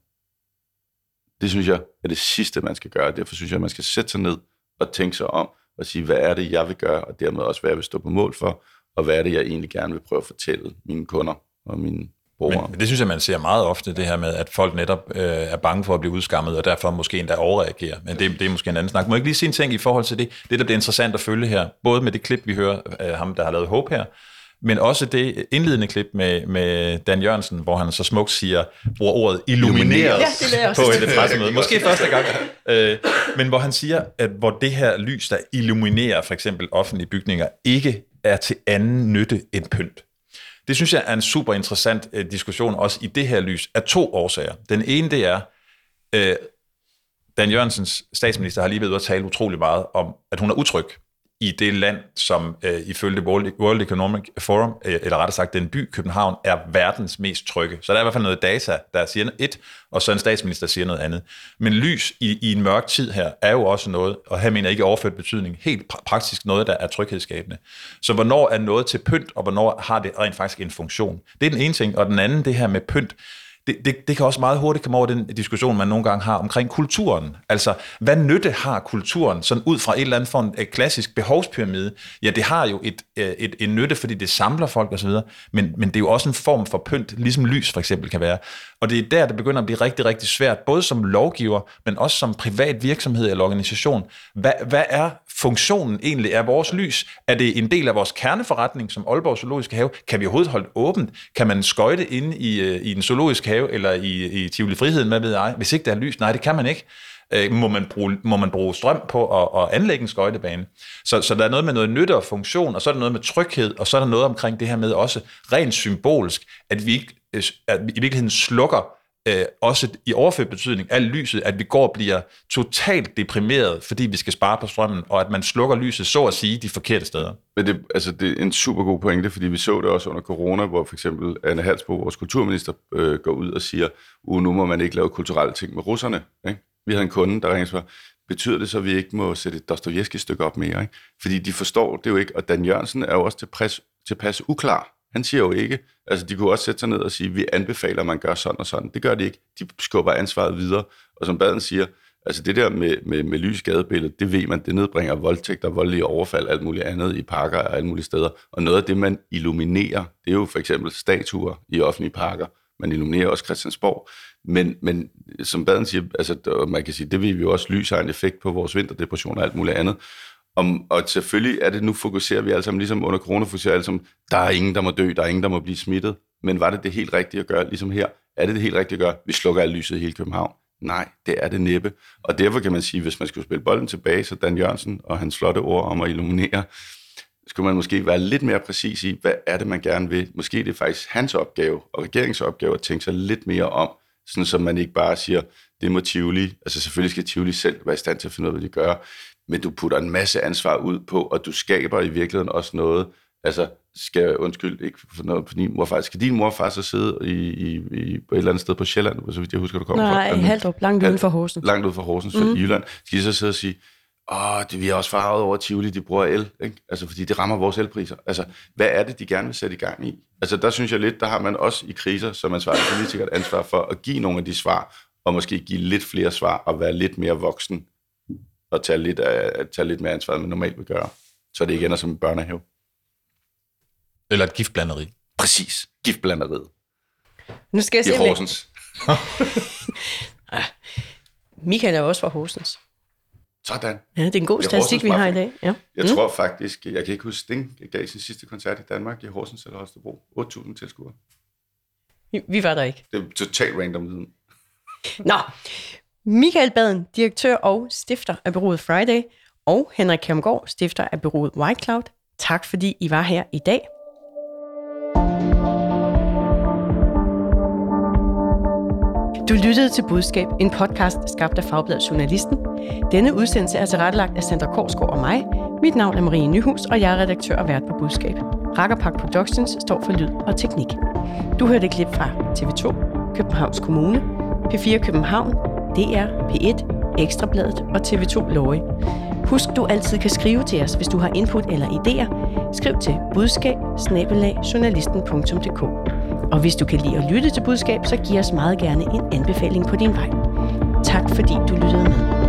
Det synes jeg er det sidste, man skal gøre. Derfor synes jeg, man skal sætte sig ned og tænke sig om, og sige, hvad er det, jeg vil gøre, og dermed også, hvad jeg vil stå på mål for, og hvad er det, jeg egentlig gerne vil prøve at fortælle mine kunder og mine borgere. Men det synes jeg, man ser meget ofte, det her med, at folk netop er bange for at blive udskammet, og derfor måske endda overreagerer. Men det er måske en anden snak. Må jeg ikke lige sige en ting i forhold til det? Det, der bliver interessant at følge her, både med det klip, vi hører af ham, der har lavet Hope her, men også det indledende klip med Dan Jørgensen, hvor han så smukt bruger ordet illumineret på et pressemøde. Måske første gang. Men hvor han siger, at hvor det her lys, der illuminerer for eksempel offentlige bygninger, ikke er til anden nytte end pynt. Det synes jeg er en super interessant diskussion, også i det her lys, af 2 årsager. Den ene, det er, Dan Jørgensens statsminister har lige været ude at tale utrolig meget om, at hun er utryg i det land, som ifølge World Economic Forum, eller rettere sagt den by, København, er verdens mest trygge. Så der er i hvert fald noget data, der siger et, og så en statsminister siger noget andet. Men lys i en mørk tid her er jo også noget, og her mener jeg ikke overført betydning, helt praktisk noget, der er tryghedsskabende. Så hvornår er noget til pynt, og hvornår har det rent faktisk en funktion? Det er den ene ting, og den anden, det her med pynt, det kan også meget hurtigt komme over den diskussion, man nogle gange har omkring kulturen. Altså, hvad nytte har kulturen, sådan ud fra et eller andet form af klassisk behovspyramide? Ja, det har jo en nytte, fordi det samler folk osv., men det er jo også en form for pynt, ligesom lys for eksempel kan være. Og det er der, det begynder at blive rigtig, rigtig svært, både som lovgiver, men også som privat virksomhed eller organisation. Hvad er funktionen egentlig af vores lys? Er det en del af vores kerneforretning, som Aalborg Zoologiske Have? Kan vi overhovedet holde åbent? Kan man skøjte inde i en zoologisk have, eller i Tivoli Friheden, hvad ved jeg? Hvis ikke der er lys, nej, det kan man ikke. Må man bruge strøm på at anlægge en skøjtebane? Så der er noget med noget nytte og funktion, og så er der noget med tryghed, og så er der noget omkring det her med også rent symbolsk, at vi ikke at vi i virkeligheden slukker også i overført betydning af lyset, at vi går og bliver totalt deprimeret, fordi vi skal spare på strømmen, og at man slukker lyset, så at sige, de forkerte steder. Men det er en super god pointe, fordi vi så det også under corona, hvor for eksempel Anne Halsbo, vores kulturminister, går ud og siger, nu må man ikke lave kulturelle ting med russerne. Ikke? Vi havde en kunde, der ringede og betyder det så, at vi ikke må sætte et Dostojevskij-stykke op mere? Ikke? Fordi de forstår det jo ikke, og Dan Jørgensen er jo også tilpas uklar. Han siger jo ikke, altså de kunne også sætte sig ned og sige, vi anbefaler, at man gør sådan og sådan. Det gør de ikke. De skubber ansvaret videre. Og som Baden siger, altså det der med lys gadebillede, det ved man, det nedbringer voldtægter, voldelige overfald, alt muligt andet i parker og alle mulige steder. Og noget af det, man illuminerer, det er jo for eksempel statuer i offentlige parker. Man illuminerer også Christiansborg. Men som Baden siger, altså man kan sige, det ved vi jo også, lys har en effekt på vores vinterdepression og alt muligt andet. Og selvfølgelig er det, nu fokuserer vi alle sammen, ligesom under corona fokuserer alle sammen, der er ingen, der må dø, der er ingen, der må blive smittet. Men var det helt rigtige at gøre, ligesom her? Er det helt rigtige at gøre? Vi slukker alt lyset i hele København. Nej, det er det næppe. Og derfor kan man sige, hvis man skulle spille bolden tilbage, så Dan Jørgensen og hans flotte ord om at illuminere, skulle man måske være lidt mere præcis i, hvad er det, man gerne vil. Måske det er faktisk hans opgave og regeringens opgave at tænke sig lidt mere om, sådan så man ikke bare siger, det må Tivoli, altså selvfølgelig skal Tivoli selv være i stand til at finde ud af, hvad de gør, men du putter en masse ansvar ud på, og du skaber i virkeligheden også noget, altså ikke for noget på din morfar. Skal din morfar så sidde på et eller andet sted på Sjælland, så vidt jeg husker, du kommer fra? Nej, Haldrup, langt uden for Horsens. Langt uden for Horsens, i Jylland. Skal de så sidde og sige, vi er også farvet over Tivoli, de bruger el, ikke? Altså, fordi det rammer vores elpriser. Altså, hvad er det, de gerne vil sætte i gang i? Altså, der synes jeg lidt, der har man også i kriser, som ansvarlige politikere et ansvar for at give nogle af de svar, og måske give lidt flere svar, og være lidt mere voksen, og tage lidt mere ansvar, end man normalt vil gøre. Så det ikke ender som en børnehave. Eller et giftblanderi. Præcis, giftblanderiet. Nu skal jeg se i Horsens. Michael er også fra Horsens. Sådan. Ja, det er en god statistik, vi har i dag. Ja. Jeg tror faktisk, jeg kan ikke huske, Sting gav sin sidste koncert i Danmark i Horsens eller Holstebro. 8.000 tilskuere. Vi var der ikke. Det er totalt random viden. Nå, Michael Baden, direktør og stifter af bureauet Friday, og Henrik Kjermgaard, stifter af bureauet White Cloud. Tak fordi I var her i dag. Du lyttede til Budskab, en podcast skabt af Fagbladet Journalisten. Denne udsendelse er tilrettelagt af Sandra Korsgaard og mig. Mit navn er Marie Nyhus, og jeg er redaktør og vært på Budskab. Rakkerpak Productions står for lyd og teknik. Du hørte et klip fra TV2, Københavns Kommune, P4 København, DR, P1, Ekstrabladet og TV2 Løje. Husk, du altid kan skrive til os, hvis du har input eller idéer. Skriv til budskab@journalisten.dk. Og hvis du kan lide at lytte til Budskab, så giv os meget gerne en anbefaling på din vej. Tak fordi du lyttede med.